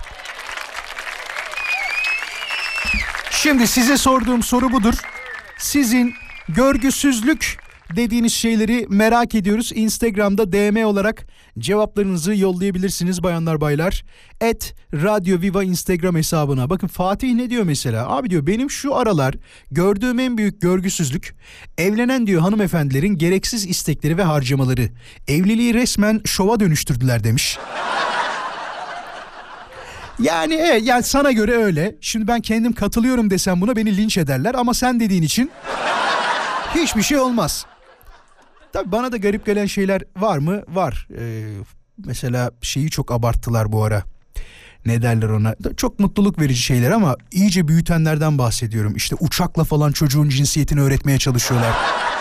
C: Şimdi size sorduğum soru budur. Sizin görgüsüzlük dediğiniz şeyleri merak ediyoruz. Instagram'da D M olarak cevaplarınızı yollayabilirsiniz bayanlar baylar. Et Radyo Viva Instagram hesabına. Bakın Fatih ne diyor mesela? Abi diyor, benim şu aralar gördüğüm en büyük görgüsüzlük evlenen diyor hanımefendilerin gereksiz istekleri ve harcamaları. Evliliği resmen şova dönüştürdüler demiş. Yani evet, yani sana göre öyle. Şimdi ben kendim katılıyorum desem buna beni linç ederler ama sen dediğin için hiçbir şey olmaz. Tabii bana da garip gelen şeyler var mı? Var. Ee, mesela şeyi çok abarttılar bu ara. Ne derler ona? Çok mutluluk verici şeyler ama iyice büyütenlerden bahsediyorum. İşte uçakla falan çocuğun cinsiyetini öğretmeye çalışıyorlar.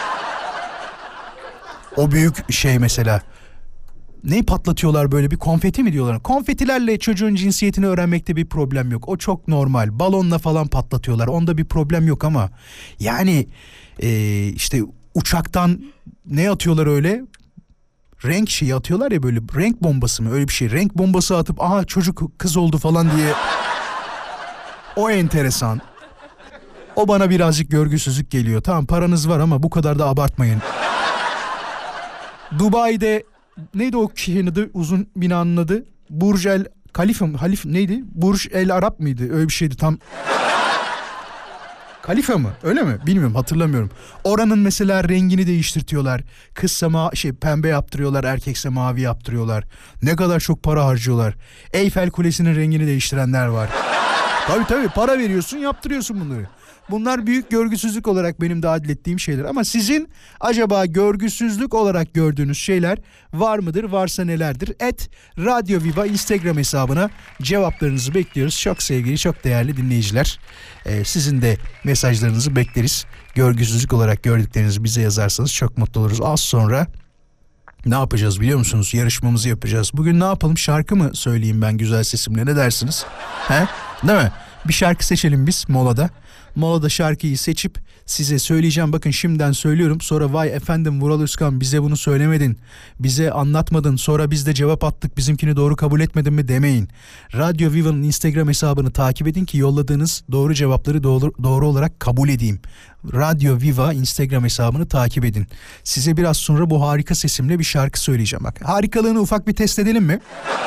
C: O büyük şey mesela. Neyi patlatıyorlar böyle, bir konfeti mi diyorlar? Konfetilerle çocuğun cinsiyetini öğrenmekte bir problem yok. O çok normal. Balonla falan patlatıyorlar. Onda bir problem yok ama yani ee, işte uçaktan ne atıyorlar öyle? Renk şeyi atıyorlar ya, böyle renk bombası mı, öyle bir şey. Renk bombası atıp aha çocuk kız oldu falan diye. O enteresan. O bana birazcık görgüsüzlük geliyor. Tamam, paranız var ama bu kadar da abartmayın. Dubai'de neydi o şehrin adı, uzun binanın adı? Burj El Kalife mi? Halif neydi? Burj El Arab mıydı? Öyle bir şeydi tam. Kalife mi? Öyle mi? Bilmiyorum, hatırlamıyorum. Oranın mesela rengini değiştirtiyorlar. Kızsa ma- şey pembe yaptırıyorlar, erkekse mavi yaptırıyorlar. Ne kadar çok para harcıyorlar. Eyfel Kulesi'nin rengini değiştirenler var. Tabii tabii, para veriyorsun, yaptırıyorsun bunları. Bunlar büyük görgüsüzlük olarak benim de adlettiğim şeyler. Ama sizin acaba görgüsüzlük olarak gördüğünüz şeyler var mıdır? Varsa nelerdir? Et Radyo Viva Instagram hesabına cevaplarınızı bekliyoruz. Çok sevgili, çok değerli dinleyiciler. Ee, sizin de mesajlarınızı bekleriz. Görgüsüzlük olarak gördüklerinizi bize yazarsanız çok mutlu oluruz. Az sonra ne yapacağız biliyor musunuz? Yarışmamızı yapacağız. Bugün ne yapalım? Şarkı mı söyleyeyim ben güzel sesimle? Ne dersiniz? He? Değil mi? Bir şarkı seçelim biz molada. Molada şarkıyı seçip size söyleyeceğim. Bakın şimdiden söylüyorum. Sonra vay efendim Vural Özkan bize bunu söylemedin, bize anlatmadın, sonra biz de cevap attık, bizimkini doğru kabul etmedin mi demeyin. Radyo Viva'nın Instagram hesabını takip edin ki yolladığınız doğru cevapları doğru, doğru olarak kabul edeyim. Radyo Viva Instagram hesabını takip edin. Size biraz sonra bu harika sesimle bir şarkı söyleyeceğim. Bak, harikalığını ufak bir test edelim mi?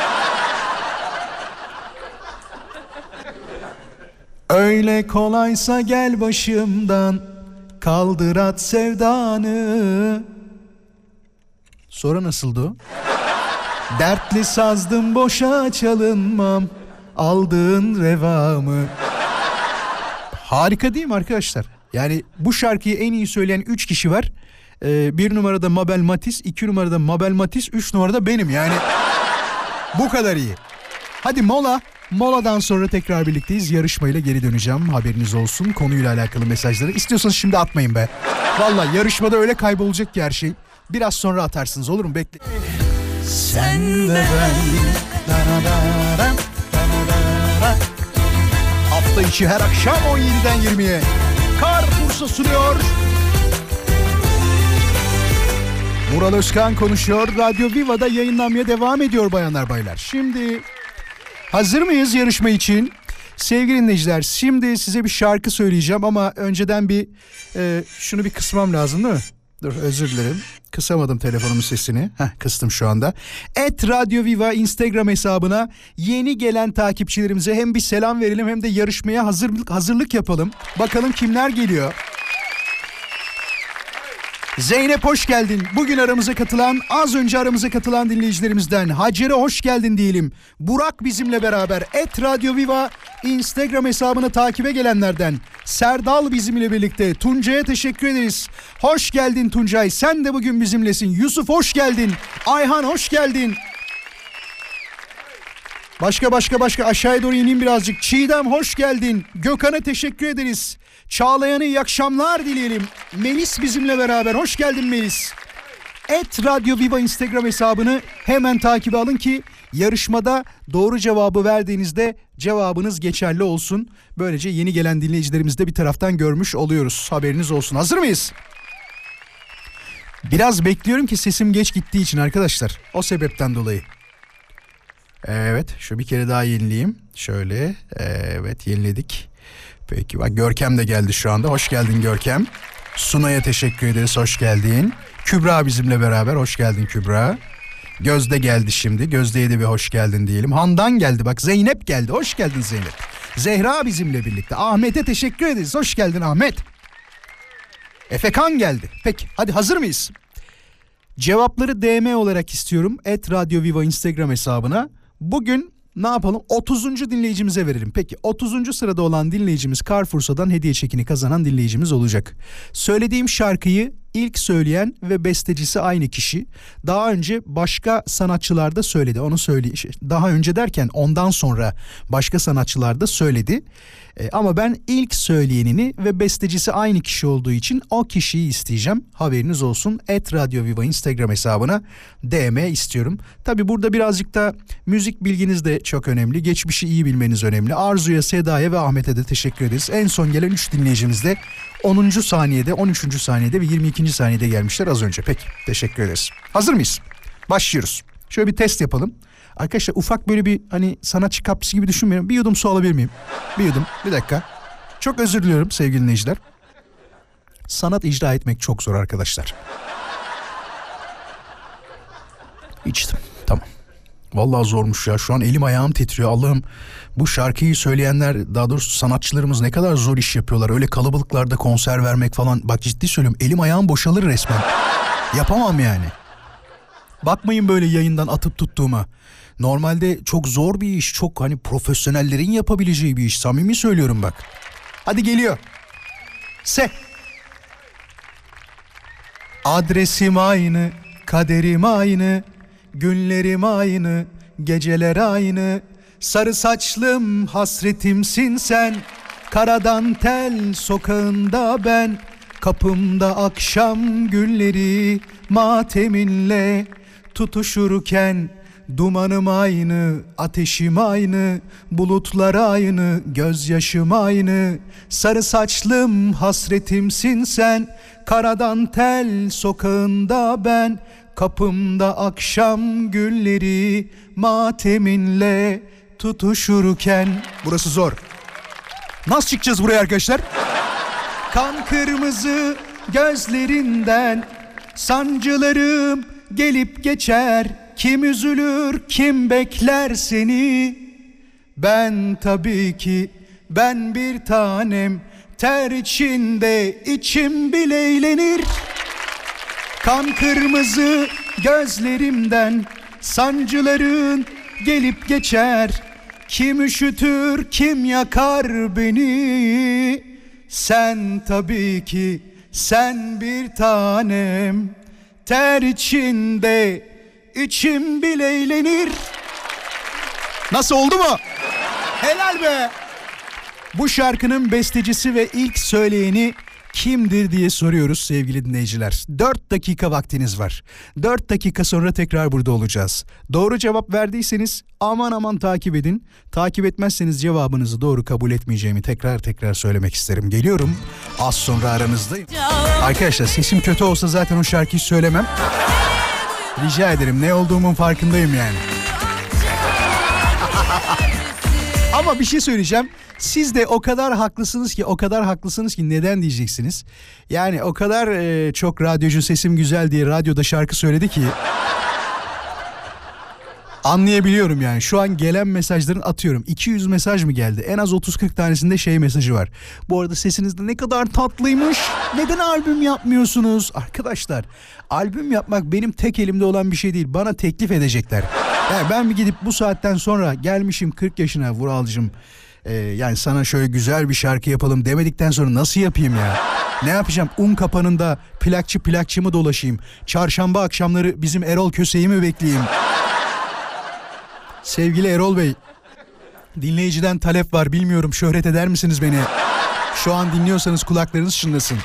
C: Öyle kolaysa gel başımdan, kaldır at sevdanı. Sonra nasıldı o? Dertli sazdım boşa çalınmam, aldığın revamı. Harika değil mi arkadaşlar? Yani bu şarkıyı en iyi söyleyen üç kişi var. Ee, bir numarada Mabel Matiz, iki numarada Mabel Matiz, üç numarada benim. Yani bu kadar iyi. Hadi mola. Moladan sonra tekrar birlikteyiz. Yarışmayla geri döneceğim. Haberiniz olsun. Konuyla alakalı mesajları. İstiyorsanız şimdi atmayın be. Vallahi yarışmada öyle kaybolacak ki her şey. Biraz sonra atarsınız, olur mu? Bekle. Sen de ben. Hafta içi her akşam on yediden yirmiye. Carrefour'sa sunuyor. Vural Özkan konuşuyor. Radyo Viva'da yayınlanmaya devam ediyor bayanlar baylar. Şimdi hazır mıyız yarışma için? Sevgili dinleyiciler, şimdi size bir şarkı söyleyeceğim ama önceden bir e, şunu bir kısmam lazım değil mi? Dur, özür dilerim. Kısamadım telefonumun sesini. Heh, kıstım şu anda. Et Radyo Viva Instagram hesabına yeni gelen takipçilerimize hem bir selam verelim hem de yarışmaya hazırlık, hazırlık yapalım. Bakalım kimler geliyor? Zeynep hoş geldin. Bugün aramıza katılan, az önce aramıza katılan dinleyicilerimizden Hacer'e hoş geldin diyelim. Burak bizimle beraber. Et Radyo Viva Instagram hesabını takibe gelenlerden Serdal bizimle birlikte. Tuncay'a teşekkür ederiz. Hoş geldin Tuncay. Sen de bugün bizimlesin. Yusuf hoş geldin. Ayhan hoş geldin. Başka başka başka aşağıya doğru ineyim birazcık. Çiğdem hoş geldin. Gökhan'a teşekkür ederiz. Çağlayan'a iyi akşamlar dileyelim. Melis bizimle beraber. Hoş geldin Melis. Et Radyo Viva Instagram hesabını hemen takibe alın ki yarışmada doğru cevabı verdiğinizde cevabınız geçerli olsun. Böylece yeni gelen dinleyicilerimizi de bir taraftan görmüş oluyoruz. Haberiniz olsun. Hazır mıyız? Biraz bekliyorum ki sesim geç gittiği için arkadaşlar. O sebepten dolayı. Evet, şu bir kere daha yenileyim. Şöyle, evet yeniledik. Peki bak Görkem de geldi şu anda. Hoş geldin Görkem. Sunay'a teşekkür ederiz. Hoş geldin. Kübra bizimle beraber. Hoş geldin Kübra. Gözde geldi şimdi. Gözde'ye de bir hoş geldin diyelim. Handan geldi bak. Zeynep geldi. Hoş geldin Zeynep. Zehra bizimle birlikte. Ahmet'e teşekkür ederiz. Hoş geldin Ahmet. Efekan geldi. Peki hadi hazır mıyız? Cevapları D M olarak istiyorum. Et Radyo Viva Instagram hesabına. Bugün ne yapalım? otuzuncu dinleyicimize verelim. Peki otuzuncu sırada olan dinleyicimiz Carrefour'dan hediye çekini kazanan dinleyicimiz olacak. Söylediğim şarkıyı ilk söyleyen ve bestecisi aynı kişi. Daha önce başka sanatçılar da söyledi. Onu söyle. Daha önce derken ondan sonra başka sanatçılar da söyledi. E, ama ben ilk söyleyenini ve bestecisi aynı kişi olduğu için o kişiyi isteyeceğim. Haberiniz olsun. Et Radyo Viva Instagram hesabına D M istiyorum. Tabi burada birazcık da müzik bilginiz de çok önemli. Geçmişi iyi bilmeniz önemli. Arzu'ya, Seda'ya ve Ahmet'e de teşekkür ederiz. En son gelen üç dinleyicimiz de onuncu saniyede, on üçüncü saniyede ve yirmi ikinci saniyede gelmişler az önce. Peki teşekkür ederiz. Hazır mıyız? Başlıyoruz. Şöyle bir test yapalım. Arkadaşlar ufak böyle bir hani sanatçı kapısı gibi düşünmeyin. Bir yudum su alabilir miyim? Bir yudum. Bir dakika. Çok özür diliyorum sevgili dinleyiciler. Sanat icra etmek çok zor arkadaşlar. İçtim. Tamam. Vallahi zormuş ya. Şu an elim ayağım titriyor. Allah'ım, bu şarkıyı söyleyenler, daha doğrusu sanatçılarımız ne kadar zor iş yapıyorlar. Öyle kalabalıklarda konser vermek falan. Bak ciddi söylüyorum, elim ayağım boşalır resmen. Yapamam yani. Bakmayın böyle yayından atıp tuttuğuma. Normalde çok zor bir iş. Çok hani profesyonellerin yapabileceği bir iş. Samimi söylüyorum bak. Hadi geliyor. Se. Adresim aynı, kaderim aynı, günlerim aynı, geceler aynı. Sarı saçlım hasretimsin sen, karadan tel sokağında ben. Kapımda akşam gülleri mateminle tutuşurken, dumanım aynı, ateşim aynı, bulutlar aynı, gözyaşım aynı. Sarı saçlım hasretimsin sen, karadan tel sokağında ben. Kapımda akşam gülleri mateminle tutuşurken. Burası zor. Nasıl çıkacağız buraya arkadaşlar? Kan kırmızı gözlerinden sancılarım gelip geçer. Kim üzülür, kim bekler seni? Ben tabii ki, ben bir tanem. Ter içinde içim bile eğlenir. Kan kırmızı gözlerimden sancıların gelip geçer. Kim üşütür, kim yakar beni? Sen tabii ki, sen bir tanem. Ter içinde içim bile eğlenir. Nasıl, oldu mu? Helal be. Bu şarkının bestecisi ve ilk söyleyeni kimdir diye soruyoruz sevgili dinleyiciler. dört dakika vaktiniz var. dört dakika sonra tekrar burada olacağız. Doğru cevap verdiyseniz aman aman takip edin. Takip etmezseniz cevabınızı doğru kabul etmeyeceğimi tekrar tekrar söylemek isterim. Geliyorum. Az sonra aranızdayım. Arkadaşlar sesim kötü olsa zaten o şarkıyı söylemem. Rica ederim, ne olduğumun farkındayım yani. Ama bir şey söyleyeceğim. Siz de o kadar haklısınız ki, o kadar haklısınız ki neden diyeceksiniz? Yani o kadar e, çok radyocu sesim güzel diye radyoda şarkı söyledi ki. Anlayabiliyorum yani. Şu an gelen mesajların atıyorum. iki yüz mesaj mı geldi? En az otuz kırk tanesinde şey mesajı var. Bu arada sesiniz de ne kadar tatlıymış. Neden albüm yapmıyorsunuz? Arkadaşlar, albüm yapmak benim tek elimde olan bir şey değil. Bana teklif edecekler. Yani ben bir gidip bu saatten sonra gelmişim kırk yaşına Vuralcığım. Ee, yani sana şöyle güzel bir şarkı yapalım demedikten sonra nasıl yapayım ya? Ne yapacağım? Un kapanında plakçı plakçı mı dolaşayım? Çarşamba akşamları bizim Erol Köse'yi mi bekleyeyim? Sevgili Erol Bey, dinleyiciden talep var, bilmiyorum, şöhret eder misiniz beni? Şu an dinliyorsanız kulaklarınız çınlasın.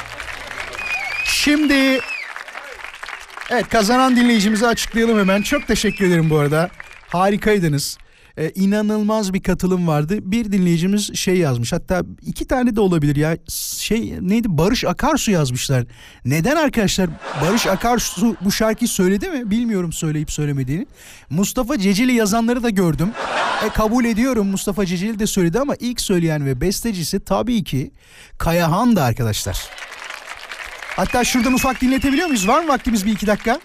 C: Şimdi evet, kazanan dinleyicimizi açıklayalım hemen. Çok teşekkür ederim bu arada. Harikaydınız. Ee, inanılmaz bir katılım vardı. Bir dinleyicimiz şey yazmış, hatta iki tane de olabilir ya. Şey neydi? Barış Akarsu yazmışlar. Neden arkadaşlar? Barış Akarsu bu şarkıyı söyledi mi? Bilmiyorum söyleyip söylemediğini. Mustafa Ceceli yazanları da gördüm. E, kabul ediyorum, Mustafa Ceceli de söyledi ama ilk söyleyen ve bestecisi tabii ki Kayahan'dı arkadaşlar. Hatta şuradan ufak dinletebiliyor muyuz? Var mı vaktimiz bir iki dakika?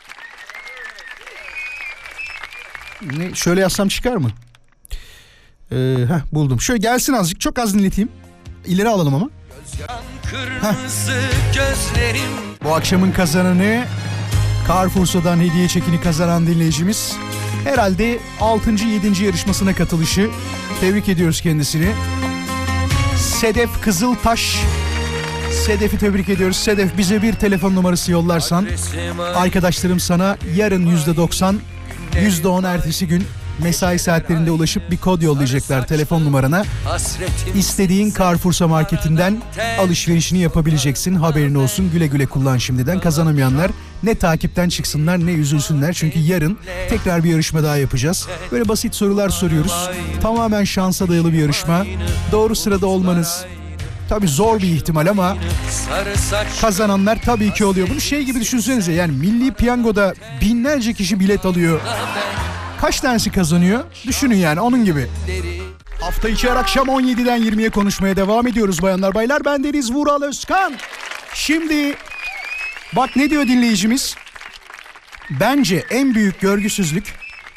C: Ne, şöyle yazsam çıkar mı? Ee, heh, buldum. Şöyle gelsin azıcık. Çok az dinleteyim. İleri alalım ama. Bu akşamın kazananı, Carrefour'dan hediye çekini kazanan dinleyicimiz. Herhalde altıncı yedinci yarışmasına katılışı. Tebrik ediyoruz kendisini. Sedef Kızıltaş. Sedef'i tebrik ediyoruz. Sedef, bize bir telefon numarası yollarsan arkadaşlarım sana yarın yüzde doksan, yüzde on ertesi gün mesai saatlerinde ulaşıp bir kod yollayacaklar telefon numarana. İstediğin Carrefour marketinden alışverişini yapabileceksin. Haberin olsun. Güle güle kullan şimdiden. Kazanamayanlar ne takipten çıksınlar ne üzülsünler. Çünkü yarın tekrar bir yarışma daha yapacağız. Böyle basit sorular soruyoruz. Tamamen şansa dayalı bir yarışma. Doğru sırada olmanız tabii zor bir ihtimal ama kazananlar tabii ki oluyor. Bunu şey gibi düşünsenize, yani Milli Piyango'da binlerce kişi bilet alıyor. Kaç tanesi kazanıyor? Düşünün yani, onun gibi. Hafta içi her akşam on yediden yirmiye konuşmaya devam ediyoruz bayanlar baylar. Ben Deniz Vural Özkan. Şimdi bak ne diyor dinleyicimiz? Bence en büyük görgüsüzlük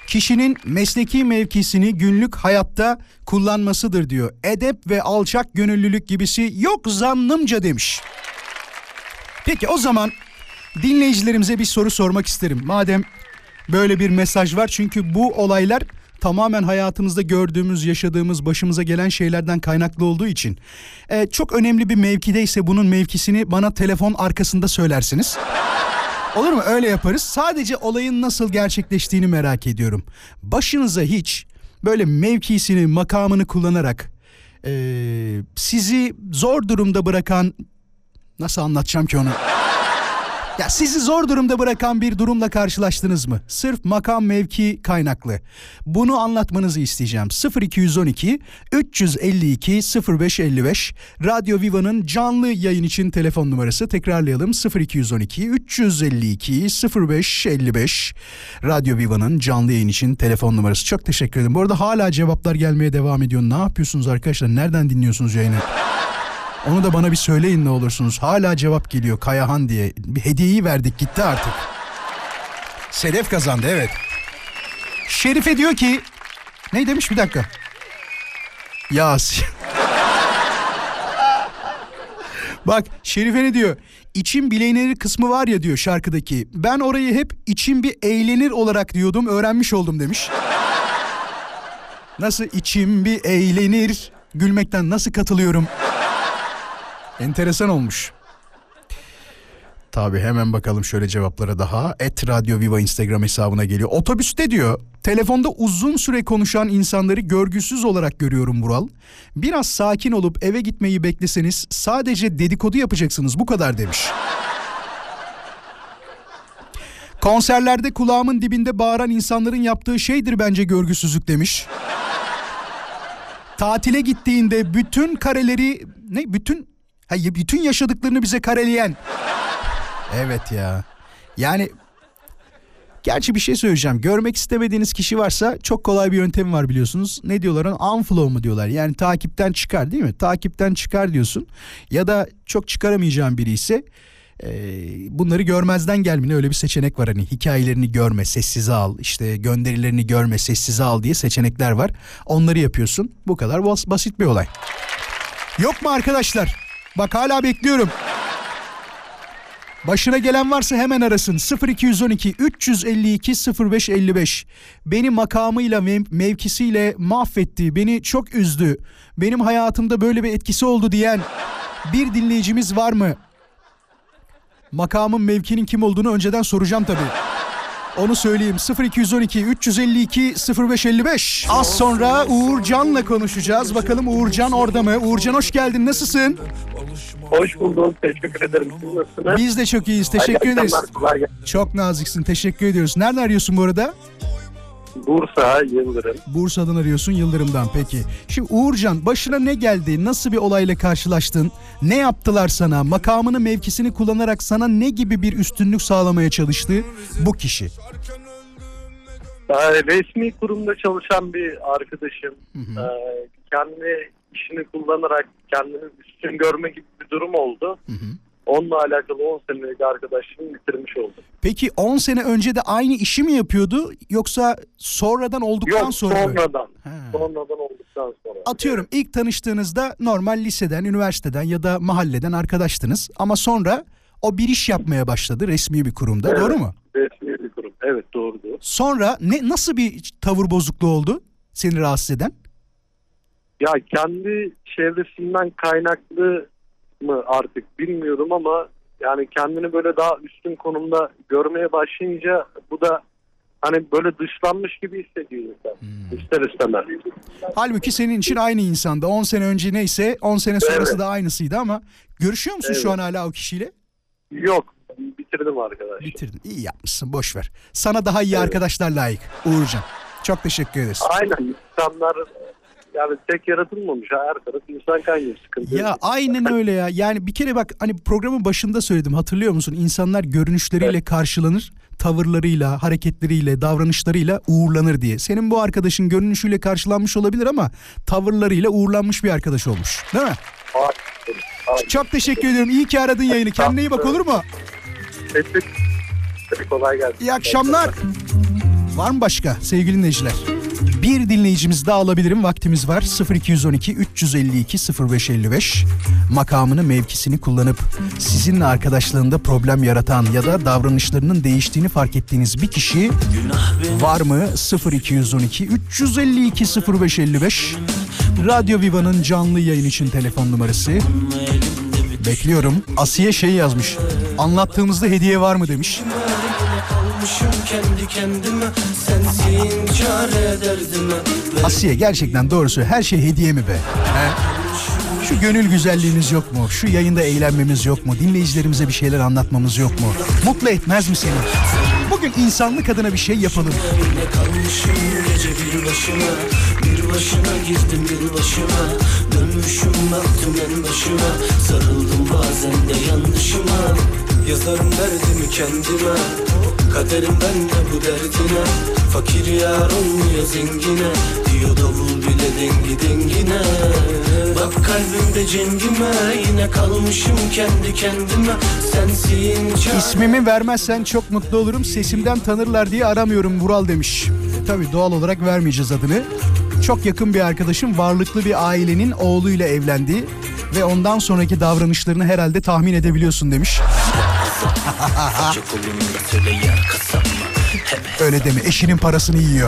C: kişinin mesleki mevkisini günlük hayatta kullanmasıdır diyor. Edep ve alçak gönüllülük gibisi yok zannımca demiş. Peki o zaman dinleyicilerimize bir soru sormak isterim. Madem böyle bir mesaj var, çünkü bu olaylar tamamen hayatımızda gördüğümüz, yaşadığımız, başımıza gelen şeylerden kaynaklı olduğu için ee, çok önemli bir mevkideyse bunun mevkisini bana telefon arkasında söylersiniz. Olur mu? Öyle yaparız. Sadece olayın nasıl gerçekleştiğini merak ediyorum. Başınıza hiç böyle mevkisini, makamını kullanarak ee, sizi zor durumda bırakan, nasıl anlatacağım ki onu? Ya sizi zor durumda bırakan bir durumla karşılaştınız mı? Sırf makam mevki kaynaklı. Bunu anlatmanızı isteyeceğim. sıfır iki on iki üç yüz elli iki sıfır beş elli beş Radyo Viva'nın canlı yayın için telefon numarası. Tekrarlayalım. sıfır iki on iki üç yüz elli iki sıfır beş elli beş Radyo Viva'nın canlı yayın için telefon numarası. Çok teşekkür ederim. Bu arada hala cevaplar gelmeye devam ediyor. Ne yapıyorsunuz arkadaşlar? Nereden dinliyorsunuz yayını? Onu da bana bir söyleyin ne olursunuz. Hala cevap geliyor Kayahan diye. Bir hediyeyi verdik, gitti artık. Sedef kazandı, evet. Şerife diyor ki... Ne demiş, bir dakika. Ya... Bak Şerife ne diyor? İçim bileğinleri kısmı var ya diyor şarkıdaki. Ben orayı hep içim bir eğlenir olarak diyordum, öğrenmiş oldum demiş. Nasıl içim bir eğlenir? Gülmekten nasıl katılıyorum? Enteresan olmuş. Tabii hemen bakalım şöyle cevaplara daha. Et Radyo Viva Instagram hesabına geliyor. Otobüste diyor, telefonda uzun süre konuşan insanları görgüsüz olarak görüyorum Vural. Biraz sakin olup eve gitmeyi bekleseniz sadece dedikodu yapacaksınız, bu kadar demiş. Konserlerde kulağımın dibinde bağıran insanların yaptığı şeydir bence görgüsüzlük demiş. Tatile gittiğinde bütün kareleri ne bütün hayır bütün yaşadıklarını bize kareleyen. Evet ya. Yani gerçi bir şey söyleyeceğim. Görmek istemediğiniz kişi varsa çok kolay bir yöntemi var biliyorsunuz. Ne diyorlar ona? Unfollow mu diyorlar? Yani takipten çıkar, değil mi? Takipten çıkar diyorsun. Ya da çok çıkaramayacağın biri ise e, bunları görmezden gelmeni, öyle bir seçenek var. Hani hikayelerini görme, sessize al. İşte gönderilerini görme, sessize al diye seçenekler var. Onları yapıyorsun. Bu kadar bas, basit bir olay. Yok mu arkadaşlar? Bak hala bekliyorum. Başına gelen varsa hemen arasın. sıfır iki on iki üç yüz elli iki sıfır beş elli beş Beni makamıyla, mev- mevkisiyle mahvetti. Beni çok üzdü. Benim hayatımda böyle bir etkisi oldu diyen bir dinleyicimiz var mı? Makamın, mevkinin kim olduğunu önceden soracağım tabii. Onu söyleyeyim. sıfır iki on iki üç yüz elli iki sıfır beş elli beş Az sonra Uğurcan'la konuşacağız. Bakalım Uğurcan orada mı? Uğurcan hoş geldin. Nasılsın?
G: Hoş bulduk. Teşekkür ederim. Siz nasılsınız?
C: Biz de çok iyiyiz. Teşekkür ederiz.
G: Kolay gelsin.
C: Çok naziksin. Teşekkür ediyoruz. Nereden arıyorsun bu arada?
G: Bursa, Yıldırım.
C: Bursa'dan arıyorsun, Yıldırım'dan. Peki. Şimdi Uğurcan, başına ne geldi? Nasıl bir olayla karşılaştın? Ne yaptılar sana? Makamını, mevkisini kullanarak sana ne gibi bir üstünlük sağlamaya çalıştı bu kişi?
G: Ee, resmi kurumda çalışan bir arkadaşım.
C: Hı hı.
G: Ee, kendi işini kullanarak kendini üstün görme gibi bir durum oldu.
C: Hı hı.
G: Onunla alakalı on senelik arkadaşlığını bitirmiş oldum.
C: Peki on sene önce de aynı işi mi yapıyordu yoksa sonradan olduktan
G: Yok,
C: sonra mı?
G: sonradan.
C: Ha.
G: Sonradan olduktan sonra.
C: Atıyorum ilk tanıştığınızda normal liseden, üniversiteden ya da mahalleden arkadaştınız ama sonra o bir iş yapmaya başladı resmi bir kurumda,
G: Evet,
C: doğru mu?
G: Resmi bir kurum. Evet, doğru diyor.
C: Sonra ne nasıl bir tavır bozukluğu oldu seni rahatsız eden?
G: Ya kendi çevresinden kaynaklı mı artık bilmiyorum ama yani kendini böyle daha üstün konumda görmeye başlayınca bu da hani böyle dışlanmış gibi hissediyor insan. Hmm. İster istemez.
C: Halbuki senin için aynı insanda. on sene önce neyse on sene sonrası
G: Evet.
C: da aynısıydı ama görüşüyor musun
G: Evet.
C: şu an hala o kişiyle?
G: Yok, bitirdim arkadaş.
C: Bitirdin. İyi yapmışsın, boş ver. Sana daha iyi
G: Evet.
C: arkadaşlar layık Uğurcan. Çok teşekkür ederiz.
G: Aynen, insanlar yani tek yaratılmamış. Her taraf insan kaynıyor, sıkıntı.
C: Ya aynen öyle ya. Yani bir kere bak, hani programın başında söyledim, hatırlıyor musun? İnsanlar görünüşleriyle
G: Evet.
C: karşılanır, tavırlarıyla, hareketleriyle, davranışlarıyla uğurlanır diye. Senin bu arkadaşın görünüşüyle karşılanmış olabilir ama tavırlarıyla uğurlanmış bir arkadaş olmuş. Değil mi?
G: Aynen. Aynen.
C: Çok teşekkür ediyorum. İyi ki aradın yayını. Kendine iyi bak, olur mu?
G: Teşekkür. Kolay gelsin.
C: İyi akşamlar. Var mı başka sevgili dinleyiciler? Bir dinleyicimiz daha alabilirim, vaktimiz var. sıfır iki on iki üç elli iki sıfır beş elli beş makamını, mevkisini kullanıp sizinle arkadaşlığında problem yaratan ya da davranışlarının değiştiğini fark ettiğiniz bir kişi var mı? sıfır iki on iki üç elli iki sıfır beş elli beş Radyo Viva'nın canlı yayın için telefon numarası. Bekliyorum. Asiye şey yazmış. Anlattığımızda hediye var mı demiş. Asiye, gerçekten doğrusu her şey hediye mi be? He? Şu gönül güzelliğimiz yok mu? Şu yayında eğlenmemiz yok mu? Dinleyicilerimize bir şeyler anlatmamız yok mu? Mutlu etmez mi seni? Bugün insanlık adına bir şey yapalım. Bir başına, bir başına girdim bir başına, dönmüşüm baktım en başına, sarıldım bazen de yanlışıma, yazarım derdimi kendime, kaderim ben de bu derdine, fakir yar olmuyor zengine, diyor davul bile dengi dengine, bak kalbimde cengime, yine kalmışım kendi kendime, sensin çare. İsmimi vermezsen çok mutlu olurum, sesimden tanırlar diye aramıyorum Vural demiş. Tabii doğal olarak vermeyeceğiz adını. Çok yakın bir arkadaşım varlıklı bir ailenin oğluyla evlendi ve ondan sonraki davranışlarını herhalde tahmin edebiliyorsun demiş. Öyle deme, eşinin parasını yiyor.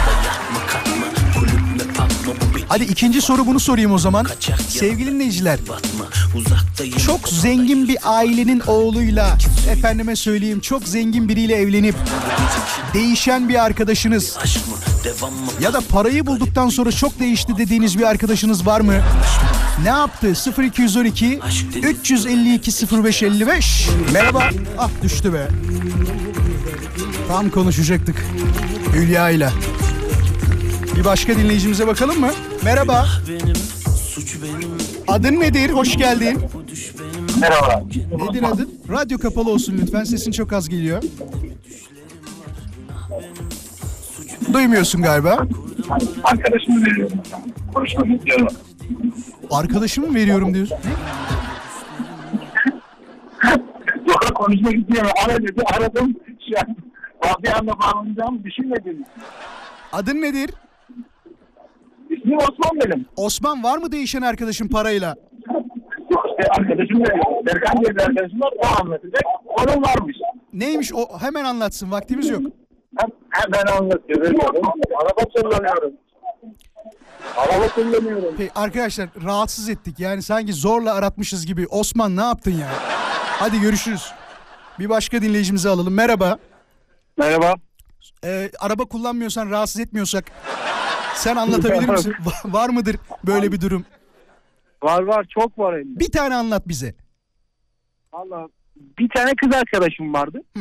C: Hadi ikinci soru bunu sorayım o zaman. Sevgili dinleyiciler, çok zengin bir ailenin oğluyla, efendime söyleyeyim çok zengin biriyle evlenip değişen bir arkadaşınız ya da parayı bulduktan sonra çok değişti dediğiniz bir arkadaşınız var mı? Ne yaptı? sıfır iki on iki üç elli iki sıfır beş elli beş. Merhaba. Ah düştü be. Tam konuşacaktık Hülya ile. Bir başka dinleyicimize bakalım mı? Merhaba. Adın nedir? Hoş geldin.
H: Merhaba.
C: Nedir adın? Radyo kapalı olsun lütfen. Sesin çok az geliyor. Duymuyorsun galiba.
H: Arkadaşımı veriyorum. Konuşmak istiyorum.
C: Arkadaşımı veriyorum diyorsun.
H: Yok, konuşmak istiyorum. Ara dedi. Aradım. Şu an bir anda bağlanacağımı düşünmedim.
C: Adın nedir?
H: İsmim Osman benim.
C: Osman, var mı değişen arkadaşın parayla?
H: Yok işte arkadaşım veriyor. Berkan diye bir arkadaşım var. O anlatacak. Onun varmış.
C: Neymiş o? Hemen anlatsın. Vaktimiz yok.
H: Hem, hemen anlatıyorum. Araba kullanıyorum. Araba kullanıyorum.
C: Peki, arkadaşlar rahatsız ettik. Yani sanki zorla aratmışız gibi. Osman ne yaptın ya? Hadi görüşürüz. Bir başka dinleyicimizi alalım. Merhaba.
H: Merhaba.
C: Ee, araba kullanmıyorsan, rahatsız etmiyorsak sen anlatabilir misin? Var mıdır böyle bir durum?
H: Var var, çok var elinde.
C: Bir tane anlat bize.
H: Valla bir tane kız arkadaşım vardı.
C: Hı.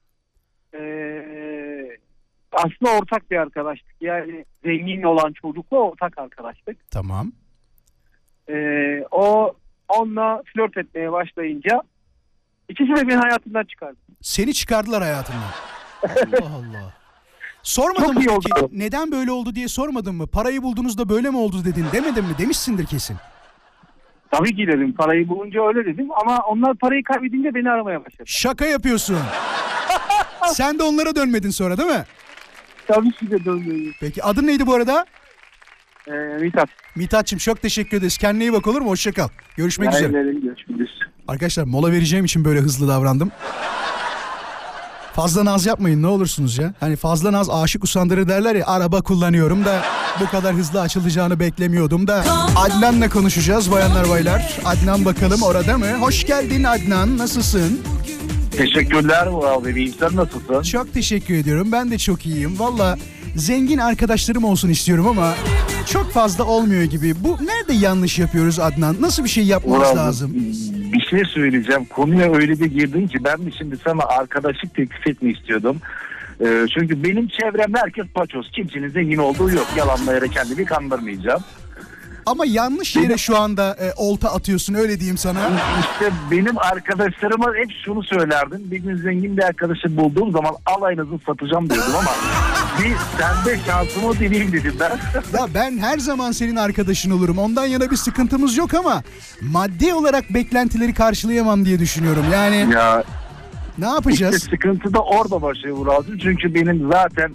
H: Ee, aslında ortak bir arkadaştık. Yani zengin olan çocukla ortak arkadaştık.
C: Tamam.
H: Ee, o onunla flört etmeye başlayınca ikisi de beni hayatından çıkardı.
C: Seni çıkardılar hayatından. Allah Allah. Sormadın
H: Çok
C: mı
H: iyi
C: ki
H: oldu.
C: neden böyle oldu diye sormadın mı? Parayı buldunuzda böyle mi oldu dedin, demedin mi? Demişsindir kesin.
H: Tabii ki dedim. Parayı bulunca öyle dedim. Ama onlar parayı kaybedince beni aramaya başladı.
C: Şaka yapıyorsun. Sen de onlara dönmedin sonra değil mi?
H: Tabii ki de dönmeyi.
C: Peki adın neydi bu arada?
H: Ee, Mithat.
C: Mithat'cığım çok teşekkür ederiz. Kendine iyi bak, olur mu? Hoşça kal. Görüşmek üzere.
H: Görüşürüz.
C: Arkadaşlar mola vereceğim için böyle hızlı davrandım. Fazla naz yapmayın ne olursunuz ya. Hani fazla naz aşık usandırır derler ya. Araba kullanıyorum da bu kadar hızlı açılacağını beklemiyordum da. Adnan'la konuşacağız bayanlar baylar. Adnan bakalım orada mı? Hoş geldin Adnan, nasılsın?
H: Teşekkürler Murat Bey. Sen nasılsın?
C: Çok teşekkür ediyorum. Ben de çok iyiyim. Valla zengin arkadaşlarım olsun istiyorum ama çok fazla olmuyor gibi. Bu nerede yanlış yapıyoruz Adnan? Nasıl bir şey yapmamız
H: Murat,
C: lazım?
H: Bir şey söyleyeceğim. Konuya öyle bir girdin ki ben de şimdi sana arkadaşlık teklif etmek istiyordum. Ee, çünkü benim çevremde herkes paçoz. Kimsenin zengin olduğu yok. Yalanlayarak kendimi kandırmayacağım.
C: Ama yanlış yere şu anda e, olta atıyorsun, öyle diyeyim sana.
H: İşte benim arkadaşlarıma hep şunu söylerdim. Bir gün zengin bir arkadaşı bulduğum zaman alayınızı satacağım diyordum ama bir sende şansımı deneyeyim dedim ben.
C: Ya ben her zaman senin arkadaşın olurum. Ondan yana bir sıkıntımız yok ama maddi olarak beklentileri karşılayamam diye düşünüyorum. Yani
H: Ya
C: ne yapacağız?
H: İşte sıkıntı da orada başlıyor Murat'ım. Çünkü benim zaten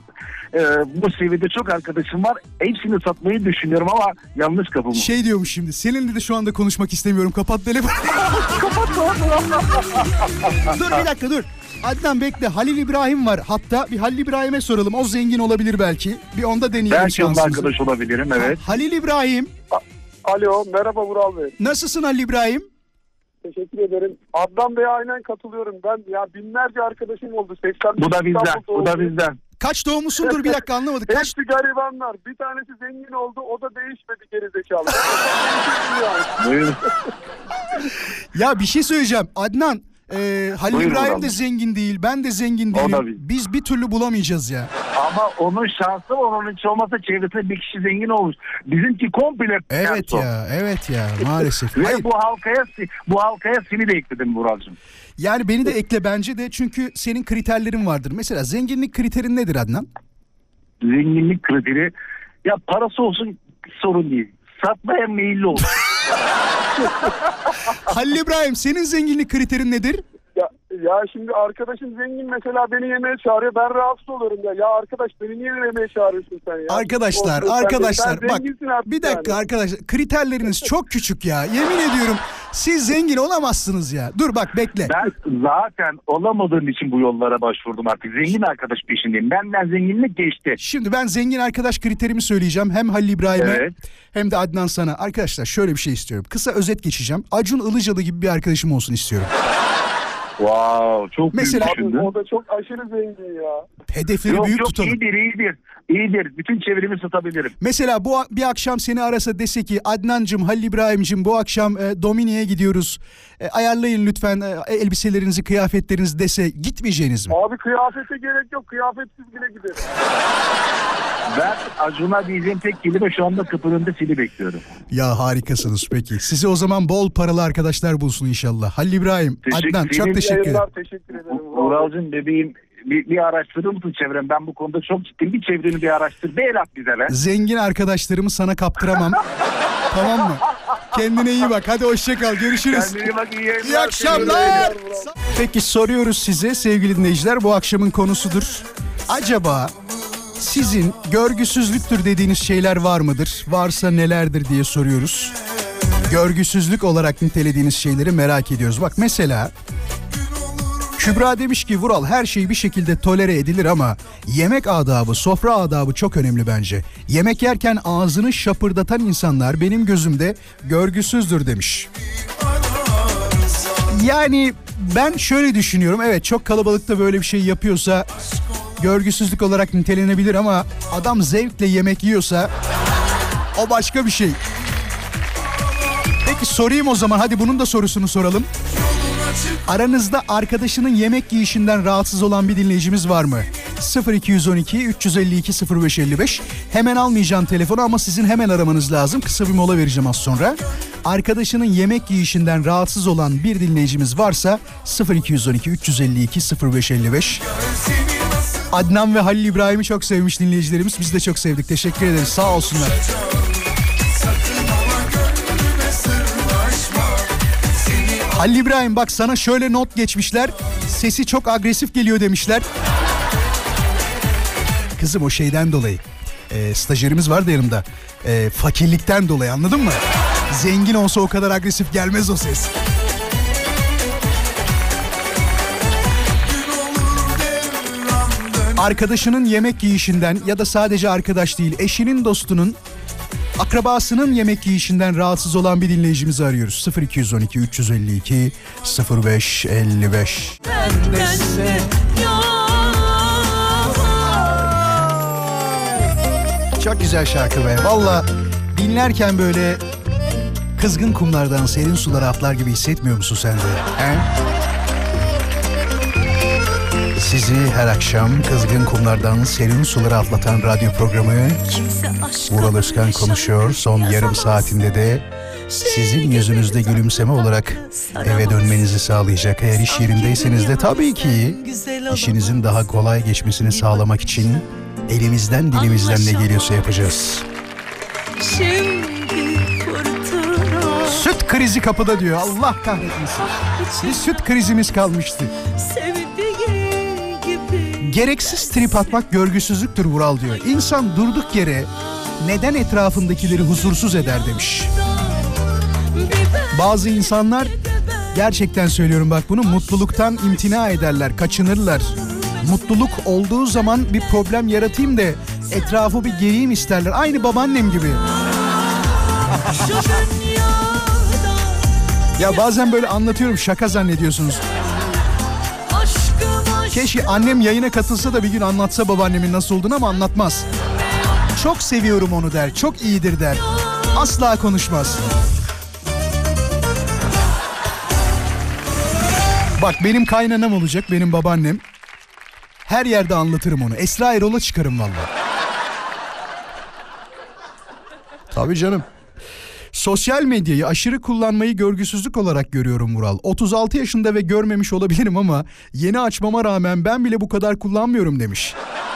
H: e, bu seviyede çok arkadaşım var. Hepsini satmayı düşünüyorum ama yanlış kapı.
C: Şey diyormuş şimdi. Seninle de şu anda konuşmak istemiyorum. Kapat telefonu. Kapat. Dur bir dakika dur. Adnan bekle. Halil İbrahim var. Hatta bir Halil İbrahim'e soralım. O zengin olabilir belki. Bir onda deneyelim
H: belki
C: şansımızı.
H: Belki arkadaş olabilirim, evet.
C: Halil İbrahim.
I: Alo, merhaba Vural Bey.
C: Nasılsın Halil İbrahim?
I: Teşekkür ederim. Adnan Bey'e aynen katılıyorum. Ben ya binlerce arkadaşım oldu. seksen
H: Bu da bizden. Bu da bizden.
C: Kaç doğumlusundur bir dakika anlamadık. Kaç...
I: Hepsi garibanlar. Bir tanesi zengin oldu. O da değişmedi gerizekalı.
C: Ya bir şey söyleyeceğim. Adnan, e, Halil
H: Buyurun
C: İbrahim
H: abi.
C: de zengin değil. Ben de zengin değilim. Biz bir türlü bulamayacağız ya.
H: Ama onun şansı var. Onun hiç olmazsa çevresinde bir kişi zengin olmuş. Bizimki komple.
C: Evet ya, evet ya maalesef.
H: Ve
C: Hayır.
H: bu halkaya bu halkaya seni de ekledim Buracığım.
C: Yani beni de ekle bence de, çünkü senin kriterlerin vardır. Mesela zenginlik kriterin nedir Adnan?
H: Zenginlik kriteri, ya parası olsun sorun değil. Satmaya meyilli olsun.
C: Halil İbrahim, senin zenginlik kriterin nedir?
I: Ya, ya şimdi arkadaşım zengin mesela beni yemeğe çağırıyor. Ben rahatsız oluyorum ya. Ya arkadaş beni niye yemeğe çağırıyorsun sen ya?
C: Arkadaşlar,
I: Olsun,
C: arkadaşlar
I: sen,
C: bak
I: sen
C: bir dakika
I: yani.
C: arkadaşlar, kriterleriniz çok küçük ya. Yemin ediyorum siz zengin olamazsınız ya. Dur bak bekle.
H: Ben zaten olamadığım için bu yollara başvurdum artık. Zengin arkadaş peşindeyim. Benden zenginlik geçti.
C: Şimdi ben zengin arkadaş kriterimi söyleyeceğim. Hem Halil İbrahim'e
H: evet.
C: hem de Adnan sana. Arkadaşlar şöyle bir şey istiyorum. Kısa özet geçeceğim. Acun Ilıcalı gibi bir arkadaşım olsun istiyorum.
H: Wow, çok
C: mesela,
H: büyük düşündün.
I: O da çok aşırı zengin ya.
C: Hedefleri
H: yok,
C: büyük
H: yok,
C: tutalım.
H: İyidir, iyidir. İyidir. Bütün çevremi satabilirim.
C: Mesela bu bir akşam seni arasa, dese ki Adnancığım, Halil İbrahim'cim bu akşam e, Domini'ye gidiyoruz. E, ayarlayın lütfen e, elbiselerinizi, kıyafetlerinizi dese, gitmeyeceğiniz mi?
I: Abi kıyafete gerek yok. Kıyafetsiz bile giderim.
H: Ben Acun'a diyeceğim tek kelime şu anda kapının önünde seni bekliyorum.
C: Ya harikasınız peki. Size o zaman bol paralı arkadaşlar bulsun inşallah. Halil İbrahim,
H: Teşekkür,
C: Adnan çok teşekkür ederim.
I: Teşekkür ederim.
H: Uralcığım bebeğim, bir, bir araştırır mısın çevrem? Ben bu konuda çok ciddiyim. Bir çevreni bir araştır. Bir el at bize be.
C: Zengin arkadaşlarımı sana kaptıramam. Tamam mı? Kendine iyi bak. Hadi hoşça kal. Görüşürüz.
H: Kendine iyi bak. İyi, yayınlar.
C: İyi akşamlar. Peki soruyoruz size sevgili dinleyiciler. Bu akşamın konusudur. Acaba sizin görgüsüzlüktür dediğiniz şeyler var mıdır? Varsa nelerdir diye soruyoruz. Görgüsüzlük olarak nitelediğiniz şeyleri merak ediyoruz. Bak mesela Kübra demiş ki Vural, her şey bir şekilde tolere edilir ama yemek adabı, sofra adabı çok önemli bence. Yemek yerken ağzını şapırdatan insanlar benim gözümde görgüsüzdür demiş. Yani ben şöyle düşünüyorum. Evet, çok kalabalıkta böyle bir şey yapıyorsa görgüsüzlük olarak nitelenebilir ama adam zevkle yemek yiyorsa o başka bir şey. Peki sorayım o zaman, hadi bunun da sorusunu soralım. Aranızda arkadaşının yemek yiyişinden rahatsız olan bir dinleyicimiz var mı? sıfır iki on iki üç elli iki sıfır beş elli beş. Hemen almayacağım telefonu ama sizin hemen aramanız lazım. Kısa bir mola vereceğim az sonra. Arkadaşının yemek yiyişinden rahatsız olan bir dinleyicimiz varsa sıfır iki on iki üç elli iki sıfır beş elli beş. Adnan ve Halil İbrahim'i çok sevmiş dinleyicilerimiz. Biz de çok sevdik. Teşekkür ederiz. Sağ olsunlar. Halil İbrahim bak, sana şöyle not geçmişler. Sesi çok agresif geliyor demişler. Kızım o şeyden dolayı. E, stajyerimiz vardı yanımda. E, fakirlikten dolayı, anladın mı? Zengin olsa o kadar agresif gelmez o ses. Arkadaşının yemek yiyişinden ya da sadece arkadaş değil, eşinin, dostunun, akrabasının yemek yiyişinden rahatsız olan bir dinleyicimizi arıyoruz. sıfır iki on iki üç elli iki sıfır beş elli beş. Çok güzel şarkı be. Valla dinlerken böyle kızgın kumlardan serin sulara atlar gibi hissetmiyor musun sen de? He? Sizi her akşam kızgın kumlardan serin sulara atlatan radyo programı Vural Özkan konuşuyor. Son yarım saatinde de sizin yüzünüzde gülümseme olarak eve dönmenizi sağlayacak. Eğer iş yerindeyseniz de tabii ki işinizin daha kolay geçmesini sağlamak için elimizden dilimizden ne geliyorsa yapacağız. Süt krizi kapıda diyor. Allah kahretmesin. Bir süt krizimiz kalmıştı. Gereksiz trip atmak görgüsüzlüktür Vural diyor. İnsan durduk yere neden etrafındakileri huzursuz eder demiş. Bazı insanlar, gerçekten söylüyorum bak bunu, mutluluktan imtina ederler, kaçınırlar. Mutluluk olduğu zaman bir problem yaratayım da etrafı bir gereyim isterler. Aynı babaannem gibi. Ya bazen böyle anlatıyorum, şaka zannediyorsunuz. Keşke annem yayına katılsa da bir gün anlatsa babaannemin nasıl olduğunu, ama anlatmaz. Çok seviyorum onu der, çok iyidir der. Asla konuşmaz. Bak benim kaynanam olacak, benim babaannem. Her yerde anlatırım onu. Esra Erol'a çıkarım vallahi. Tabii canım. Sosyal medyayı aşırı kullanmayı görgüsüzlük olarak görüyorum Vural. otuz altı yaşında ve görmemiş olabilirim ama yeni açmama rağmen ben bile bu kadar kullanmıyorum demiş.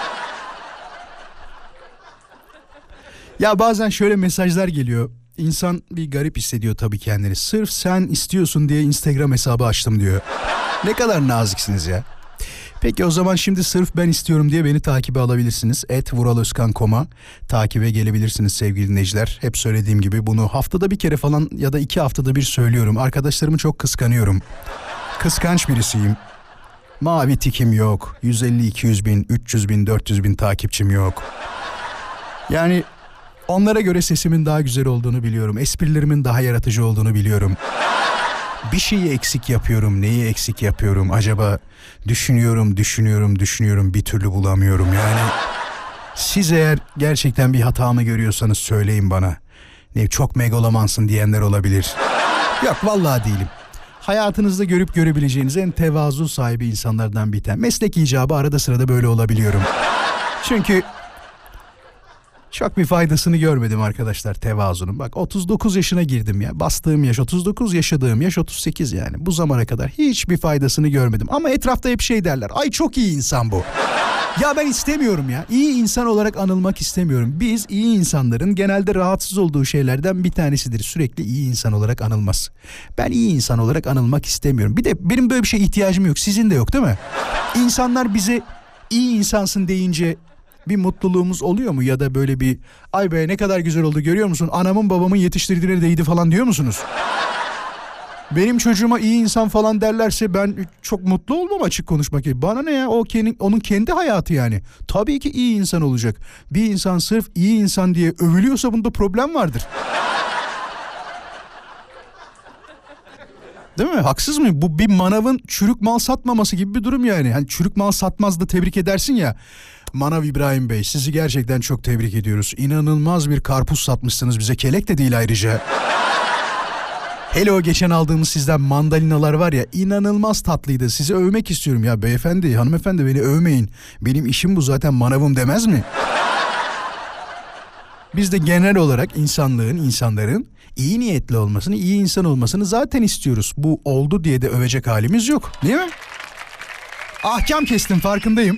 C: Ya bazen şöyle mesajlar geliyor. İnsan bir garip hissediyor tabii kendini. Sırf sen istiyorsun diye Instagram hesabı açtım diyor. Ne kadar naziksiniz ya. Peki o zaman şimdi sırf ben istiyorum diye beni takibe alabilirsiniz. et vural özkan nokta com'a takibe gelebilirsiniz sevgili dinleyiciler. Hep söylediğim gibi bunu haftada bir kere falan ya da iki haftada bir söylüyorum. Arkadaşlarımı çok kıskanıyorum. Kıskanç birisiyim. Mavi tikim yok. yüz elli iki yüz bin, üç yüz bin, dört yüz bin takipçim yok. Yani onlara göre sesimin daha güzel olduğunu biliyorum. Esprilerimin daha yaratıcı olduğunu biliyorum. Bir şeyi eksik yapıyorum. Neyi eksik yapıyorum? Acaba düşünüyorum, düşünüyorum, düşünüyorum. Bir türlü bulamıyorum. Yani siz eğer gerçekten bir hatamı görüyorsanız söyleyin bana. Ne çok megalomansın diyenler olabilir. Yok vallahi değilim. Hayatınızda görüp görebileceğiniz en tevazu sahibi insanlardan bir tane. Meslek icabı arada sırada böyle olabiliyorum. Çünkü çok bir faydasını görmedim arkadaşlar tevazunun. Bak otuz dokuz yaşına girdim ya. Bastığım yaş otuz dokuz, yaşadığım yaş otuz sekiz yani. Bu zamana kadar hiçbir faydasını görmedim. Ama etrafta hep şey derler. Ay çok iyi insan bu. Ya ben istemiyorum ya. İyi insan olarak anılmak istemiyorum. Biz iyi insanların genelde rahatsız olduğu şeylerden bir tanesidir. Sürekli iyi insan olarak anılmaz. Ben iyi insan olarak anılmak istemiyorum. Bir de benim böyle bir şeye ihtiyacım yok. Sizin de yok değil mi? İnsanlar bize iyi insansın deyince bir mutluluğumuz oluyor mu? Ya da böyle bir ay be ne kadar güzel oldu görüyor musun? Anamın babamın yetiştirdiğine değdi falan diyor musunuz? Benim çocuğuma iyi insan falan derlerse ben çok mutlu olmam, açık konuşmak gibi. Bana ne ya, o kendi, onun kendi hayatı yani. Tabii ki iyi insan olacak. Bir insan sırf iyi insan diye övülüyorsa bunda problem vardır. Değil mi? Haksız mıyım? Bu bir manavın çürük mal satmaması gibi bir durum yani. Hani çürük mal satmaz da tebrik edersin ya. Manav İbrahim Bey, sizi gerçekten çok tebrik ediyoruz. İnanılmaz bir karpuz satmışsınız bize. Kelek de değil ayrıca. Hele o geçen aldığımız sizden mandalinalar var ya, inanılmaz tatlıydı. Sizi övmek istiyorum ya beyefendi, hanımefendi, beni övmeyin. Benim işim bu zaten, manavım demez mi? Biz de genel olarak insanlığın, insanların iyi niyetli olmasını, iyi insan olmasını zaten istiyoruz. Bu oldu diye de övecek halimiz yok, değil mi? Ahkam kestim, farkındayım.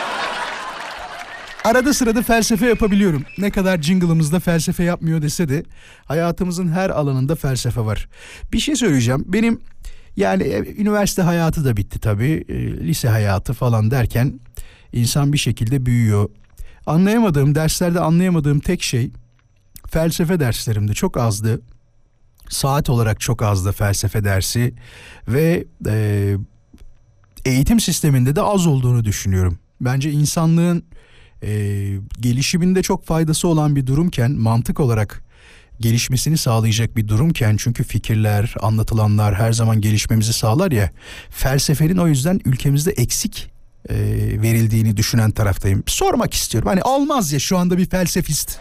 C: Arada sırada felsefe yapabiliyorum. Ne kadar jingle'ımızda felsefe yapmıyor dese de hayatımızın her alanında felsefe var. Bir şey söyleyeceğim. Benim yani üniversite hayatı da bitti tabii. E, lise hayatı falan derken insan bir şekilde büyüyor. Anlayamadığım, derslerde anlayamadığım tek şey felsefe derslerimdi. Çok azdı. Saat olarak çok azdı felsefe dersi ve e, eğitim sisteminde de az olduğunu düşünüyorum. Bence insanlığın Ee, gelişiminde çok faydası olan bir durumken, mantık olarak gelişmesini sağlayacak bir durumken, çünkü fikirler, anlatılanlar her zaman gelişmemizi sağlar ya, felsefenin o yüzden ülkemizde eksik e, verildiğini düşünen taraftayım. Sormak istiyorum, hani olmaz ya şu anda bir felsefist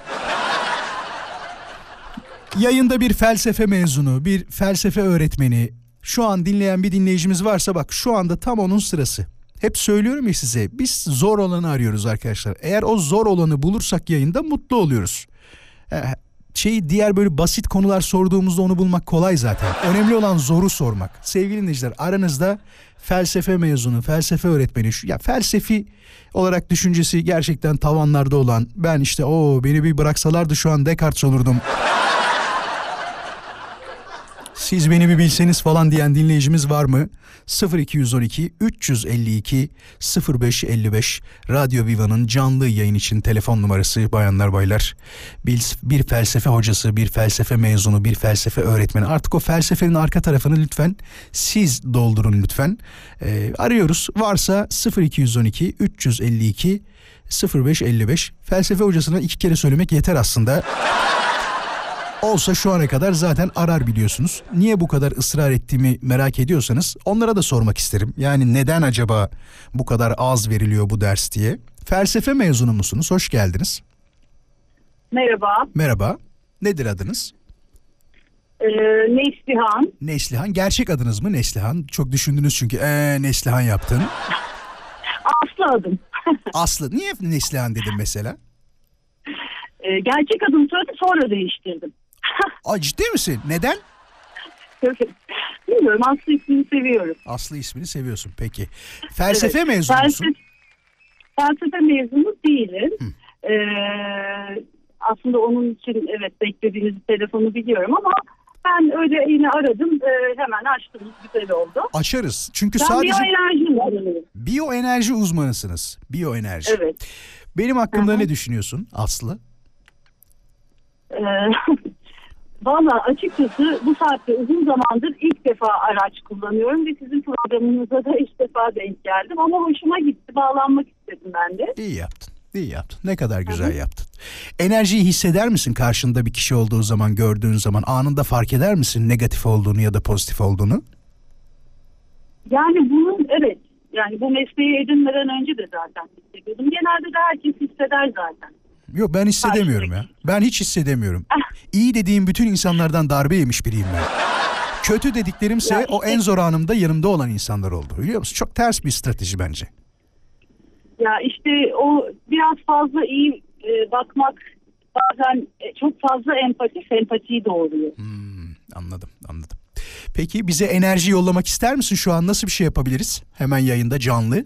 C: yayında bir felsefe mezunu, bir felsefe öğretmeni, şu an dinleyen bir dinleyicimiz varsa bak şu anda tam onun sırası. Hep söylüyorum ya size, biz zor olanı arıyoruz arkadaşlar. Eğer o zor olanı bulursak yayında mutlu oluyoruz. Şey, diğer böyle basit konular sorduğumuzda onu bulmak kolay zaten. Önemli olan zoru sormak. Sevgili dinleyiciler, aranızda felsefe mezunu, felsefe öğretmeni, ya felsefi olarak düşüncesi gerçekten tavanlarda olan, ben işte o beni bir bıraksalardı şu an Descartes olurdum. siz beni bir bilseniz falan diyen dinleyicimiz var mı? sıfır iki on iki üç elli iki sıfır beş elli beş Radyo Viva'nın canlı yayın için telefon numarası bayanlar baylar. Bir, bir felsefe hocası, bir felsefe mezunu, bir felsefe öğretmeni. Artık o felsefenin arka tarafını lütfen siz doldurun lütfen. Ee, arıyoruz. Varsa sıfır iki on iki üç elli iki sıfır beş elli beş. Felsefe hocasına iki kere söylemek yeter aslında. Olsa şu ana kadar zaten arar biliyorsunuz. Niye bu kadar ısrar ettiğimi merak ediyorsanız onlara da sormak isterim. Yani neden acaba bu kadar az veriliyor bu ders diye. Felsefe mezunu musunuz? Hoş geldiniz.
E: Merhaba.
C: Merhaba. Nedir adınız?
E: Ee, Neslihan.
C: Neslihan. Gerçek adınız mı Neslihan? Çok düşündünüz çünkü. Eee Neslihan yaptın.
E: Aslı adım.
C: Aslı. Niye Neslihan dedim mesela?
E: Ee, gerçek adım söyledim, sonra değiştirdim.
C: Aa, ciddi misin? Neden?
E: Bilmiyorum, Aslı ismini seviyorum.
C: Aslı ismini seviyorsun peki. Felsefe evet. mezunu
E: Felsefe,
C: musun?
E: felsefe mezunu değilim. Ee, aslında onun için evet beklediğiniz telefonu biliyorum ama ben öyle yine aradım, ee, hemen açtınız, güzel oldu.
C: Açarız çünkü
E: ben
C: sadece...
E: biyoenerji uzmanıyım.
C: Biyoenerji uzmanısınız. Biyoenerji.
E: Evet.
C: Benim hakkımda
E: Hı-hı.
C: ne düşünüyorsun Aslı?
E: Ee, Valla açıkçası bu saatte uzun zamandır ilk defa araç kullanıyorum ve sizin programınıza da ilk defa denk geldim ama hoşuma gitti, bağlanmak istedim ben de.
C: İyi yaptın, iyi yaptın. Ne kadar güzel Hı-hı. yaptın. Enerjiyi hisseder misin karşında bir kişi olduğu zaman, gördüğün zaman anında fark eder misin negatif olduğunu ya da pozitif olduğunu?
E: Yani bunun evet, yani bu mesleği edinmeden önce de zaten hissediyordum. Genelde de herkes hisseder zaten.
C: Yok ben hissedemiyorum ya. Ben hiç hissedemiyorum. İyi dediğim bütün insanlardan darbe yemiş biriyim ben. Kötü dediklerimse işte, o en zor anımda yanımda olan insanlar oldu. Biliyor musun? Çok ters bir strateji bence.
E: Ya işte o biraz fazla iyi e, bakmak bazen e, çok fazla empati, sempatiyi doğuruyor.
C: Hmm, anladım, anladım. Peki bize enerji yollamak ister misin şu an? Nasıl bir şey yapabiliriz? Hemen yayında canlı.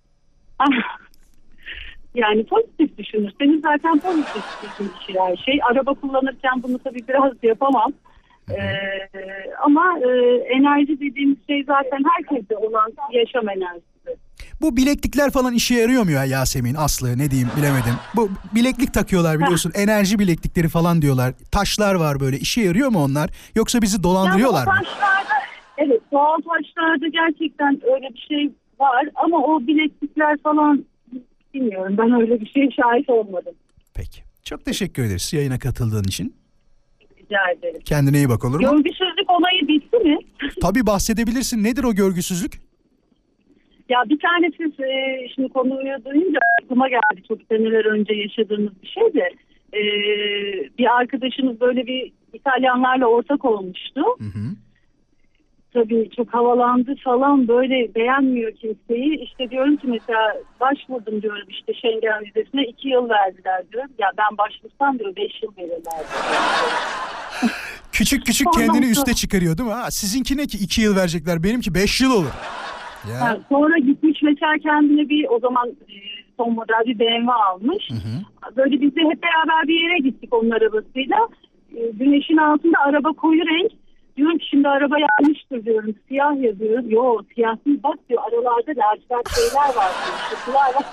E: Yani pozitif düşünürseniz zaten pozitif bir şey her şey. Araba kullanırken bunu tabii biraz yapamam. Ee, ama e, enerji dediğimiz şey zaten herkeste olan yaşam enerjisi.
C: Bu bileklikler falan işe yarıyor mu ya Yasemin, Aslı ne diyeyim bilemedim. Bu bileklik takıyorlar biliyorsun. Enerji bileklikleri falan diyorlar. Taşlar var böyle, işe yarıyor mu onlar? Yoksa bizi dolandırıyorlar
E: yani
C: mı?
E: Taşlarda, evet doğal taşlarda gerçekten öyle bir şey var ama o bileklikler falan bilmiyorum. Ben öyle bir şeye şahit olmadım.
C: Peki. Çok teşekkür ederiz yayına katıldığın için.
E: Rica ederim.
C: Kendine iyi bak olur mu?
E: Görgüsüzlük olayı bitti mi?
C: Tabii bahsedebilirsin. Nedir o görgüsüzlük?
E: Ya bir tanesi e, şimdi konuyu duyunca aklıma geldi. Çok seneler önce yaşadığımız bir şey de. E, bir arkadaşımız böyle bir İtalyanlarla ortak olmuştu. Hı hı. Tabii çok havalandı falan, böyle beğenmiyor kimseyi. İşte diyorum ki mesela başvurdum diyorum işte Schengen vizesine, iki yıl verdiler diyorum. Ya ben başvursam diyor beş yıl verirler.
C: Küçük küçük kendini üste çıkarıyor değil mi? Ha, sizinki ne ki iki yıl verecekler, benimki beş yıl olur. Ya.
E: Ha, sonra gitmiş mesela kendine bir o zaman son model bir B M W almış. Hı hı. Böyle biz de hep beraber bir yere gittik onun arabasıyla. Güneşin altında araba koyu renk. Diyorum ki şimdi araba yanmıştır diyorum. Siyah yazıyorum. Yo siyah değil, bak diyor aralarda lacivert şeyler var. Şıklar var.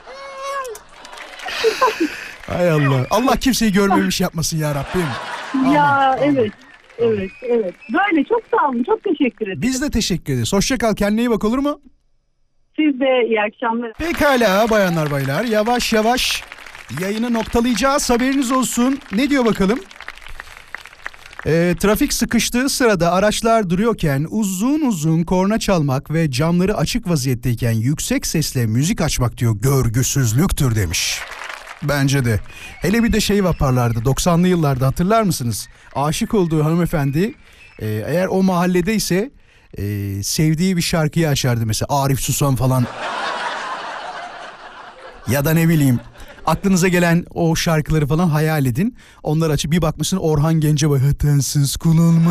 C: Hay Allah. Allah kimseyi görmemiş yapmasın ya Rabbim.
E: Ya
C: aman,
E: evet.
C: aman.
E: Evet evet. Böyle çok sağ olun. Çok teşekkür ederim.
C: Biz de teşekkür ederiz. Hoşça kal. Kendine iyi bak olur mu?
E: Siz de iyi akşamlar.
C: Pekala bayanlar baylar. Yavaş yavaş yayını noktalayacağız. Haberiniz olsun. Ne diyor bakalım? E, trafik sıkıştığı sırada araçlar duruyorken uzun uzun korna çalmak ve camları açık vaziyetteyken yüksek sesle müzik açmak diyor görgüsüzlüktür demiş. Bence de. Hele bir de şey yaparlardı doksanlı yıllarda, hatırlar mısınız? Aşık olduğu hanımefendi e, eğer o mahalledeyse e, sevdiği bir şarkıyı açardı mesela Arif Susam falan. Ya da ne bileyim aklınıza gelen o şarkıları falan hayal edin. Onları açıp bir bakmışsın Orhan Gencebay hatansız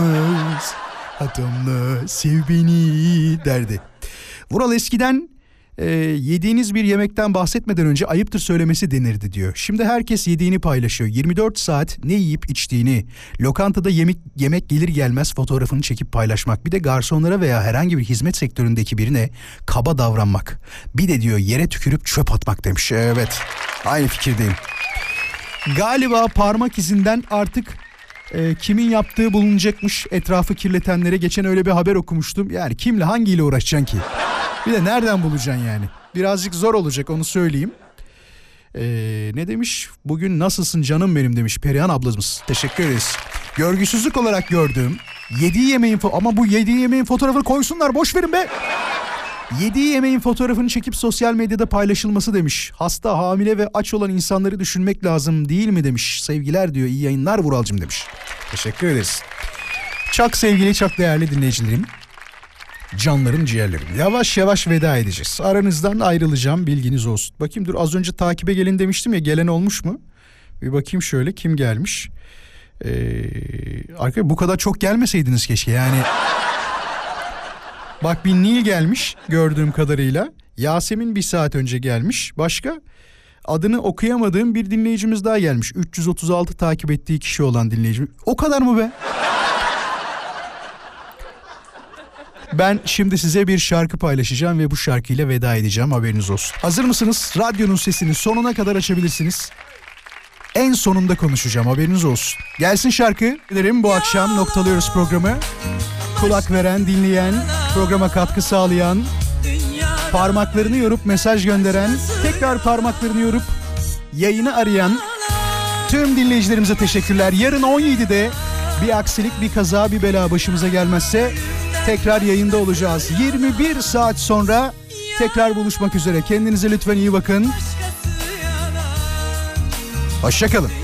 C: kullanmaz hatamla sev beni derdi. Vural eskiden e, yediğiniz bir yemekten bahsetmeden önce ayıptır söylemesi denirdi diyor. Şimdi herkes yediğini paylaşıyor. yirmi dört saat ne yiyip içtiğini, lokantada yemek, yemek gelir gelmez fotoğrafını çekip paylaşmak. Bir de garsonlara veya herhangi bir hizmet sektöründeki birine kaba davranmak. Bir de diyor yere tükürüp çöp atmak demiş. Evet, aynı fikirdeyim. Galiba parmak izinden artık e, kimin yaptığı bulunacakmış etrafı kirletenlere. Geçen öyle bir haber okumuştum. Yani kimle hangiyle uğraşacaksın ki? Bir de nereden bulacaksın yani? Birazcık zor olacak, onu söyleyeyim. Ee, ne demiş? Bugün nasılsın canım benim demiş Perihan ablamız. Teşekkür ederiz. Görgüsüzlük olarak gördüğüm yediği yemeğin fo- ama bu yediği yemeğin fotoğrafını koysunlar, boş verin be. Yediği yemeğin fotoğrafını çekip sosyal medyada paylaşılması demiş. Hasta, hamile ve aç olan insanları düşünmek lazım değil mi demiş. Sevgiler diyor, iyi yayınlar Vuralcığım demiş. Teşekkür ederiz. Çok sevgili, çok değerli dinleyicilerim. Canlarım, ciğerlerim. Yavaş yavaş veda edeceğiz. Aranızdan ayrılacağım, bilginiz olsun. Bakayım, dur, az önce takibe gelin demiştim ya, gelen olmuş mu? Bir bakayım şöyle, kim gelmiş? Ee, arkadaşlar bu kadar çok gelmeseydiniz keşke yani. Bak, bir Nil gelmiş gördüğüm kadarıyla. Yasemin bir saat önce gelmiş. Başka? Adını okuyamadığım bir dinleyicimiz daha gelmiş. üç yüz otuz altı takip ettiği kişi olan dinleyicimiz. O kadar mı be? Ben şimdi size bir şarkı paylaşacağım ve bu şarkıyla veda edeceğim, haberiniz olsun. Hazır mısınız? Radyonun sesini sonuna kadar açabilirsiniz. En sonunda konuşacağım, haberiniz olsun. Gelsin şarkı. Dilerim bu akşam noktalıyoruz programı. Kulak veren, dinleyen, programa katkı sağlayan, parmaklarını yorup mesaj gönderen, tekrar parmaklarını yorup yayını arayan tüm dinleyicilerimize teşekkürler. Yarın on yedide bir aksilik, bir kaza, bir bela başımıza gelmezse tekrar yayında olacağız. yirmi bir saat sonra tekrar buluşmak üzere. Kendinize lütfen iyi bakın. Hoşça kalın.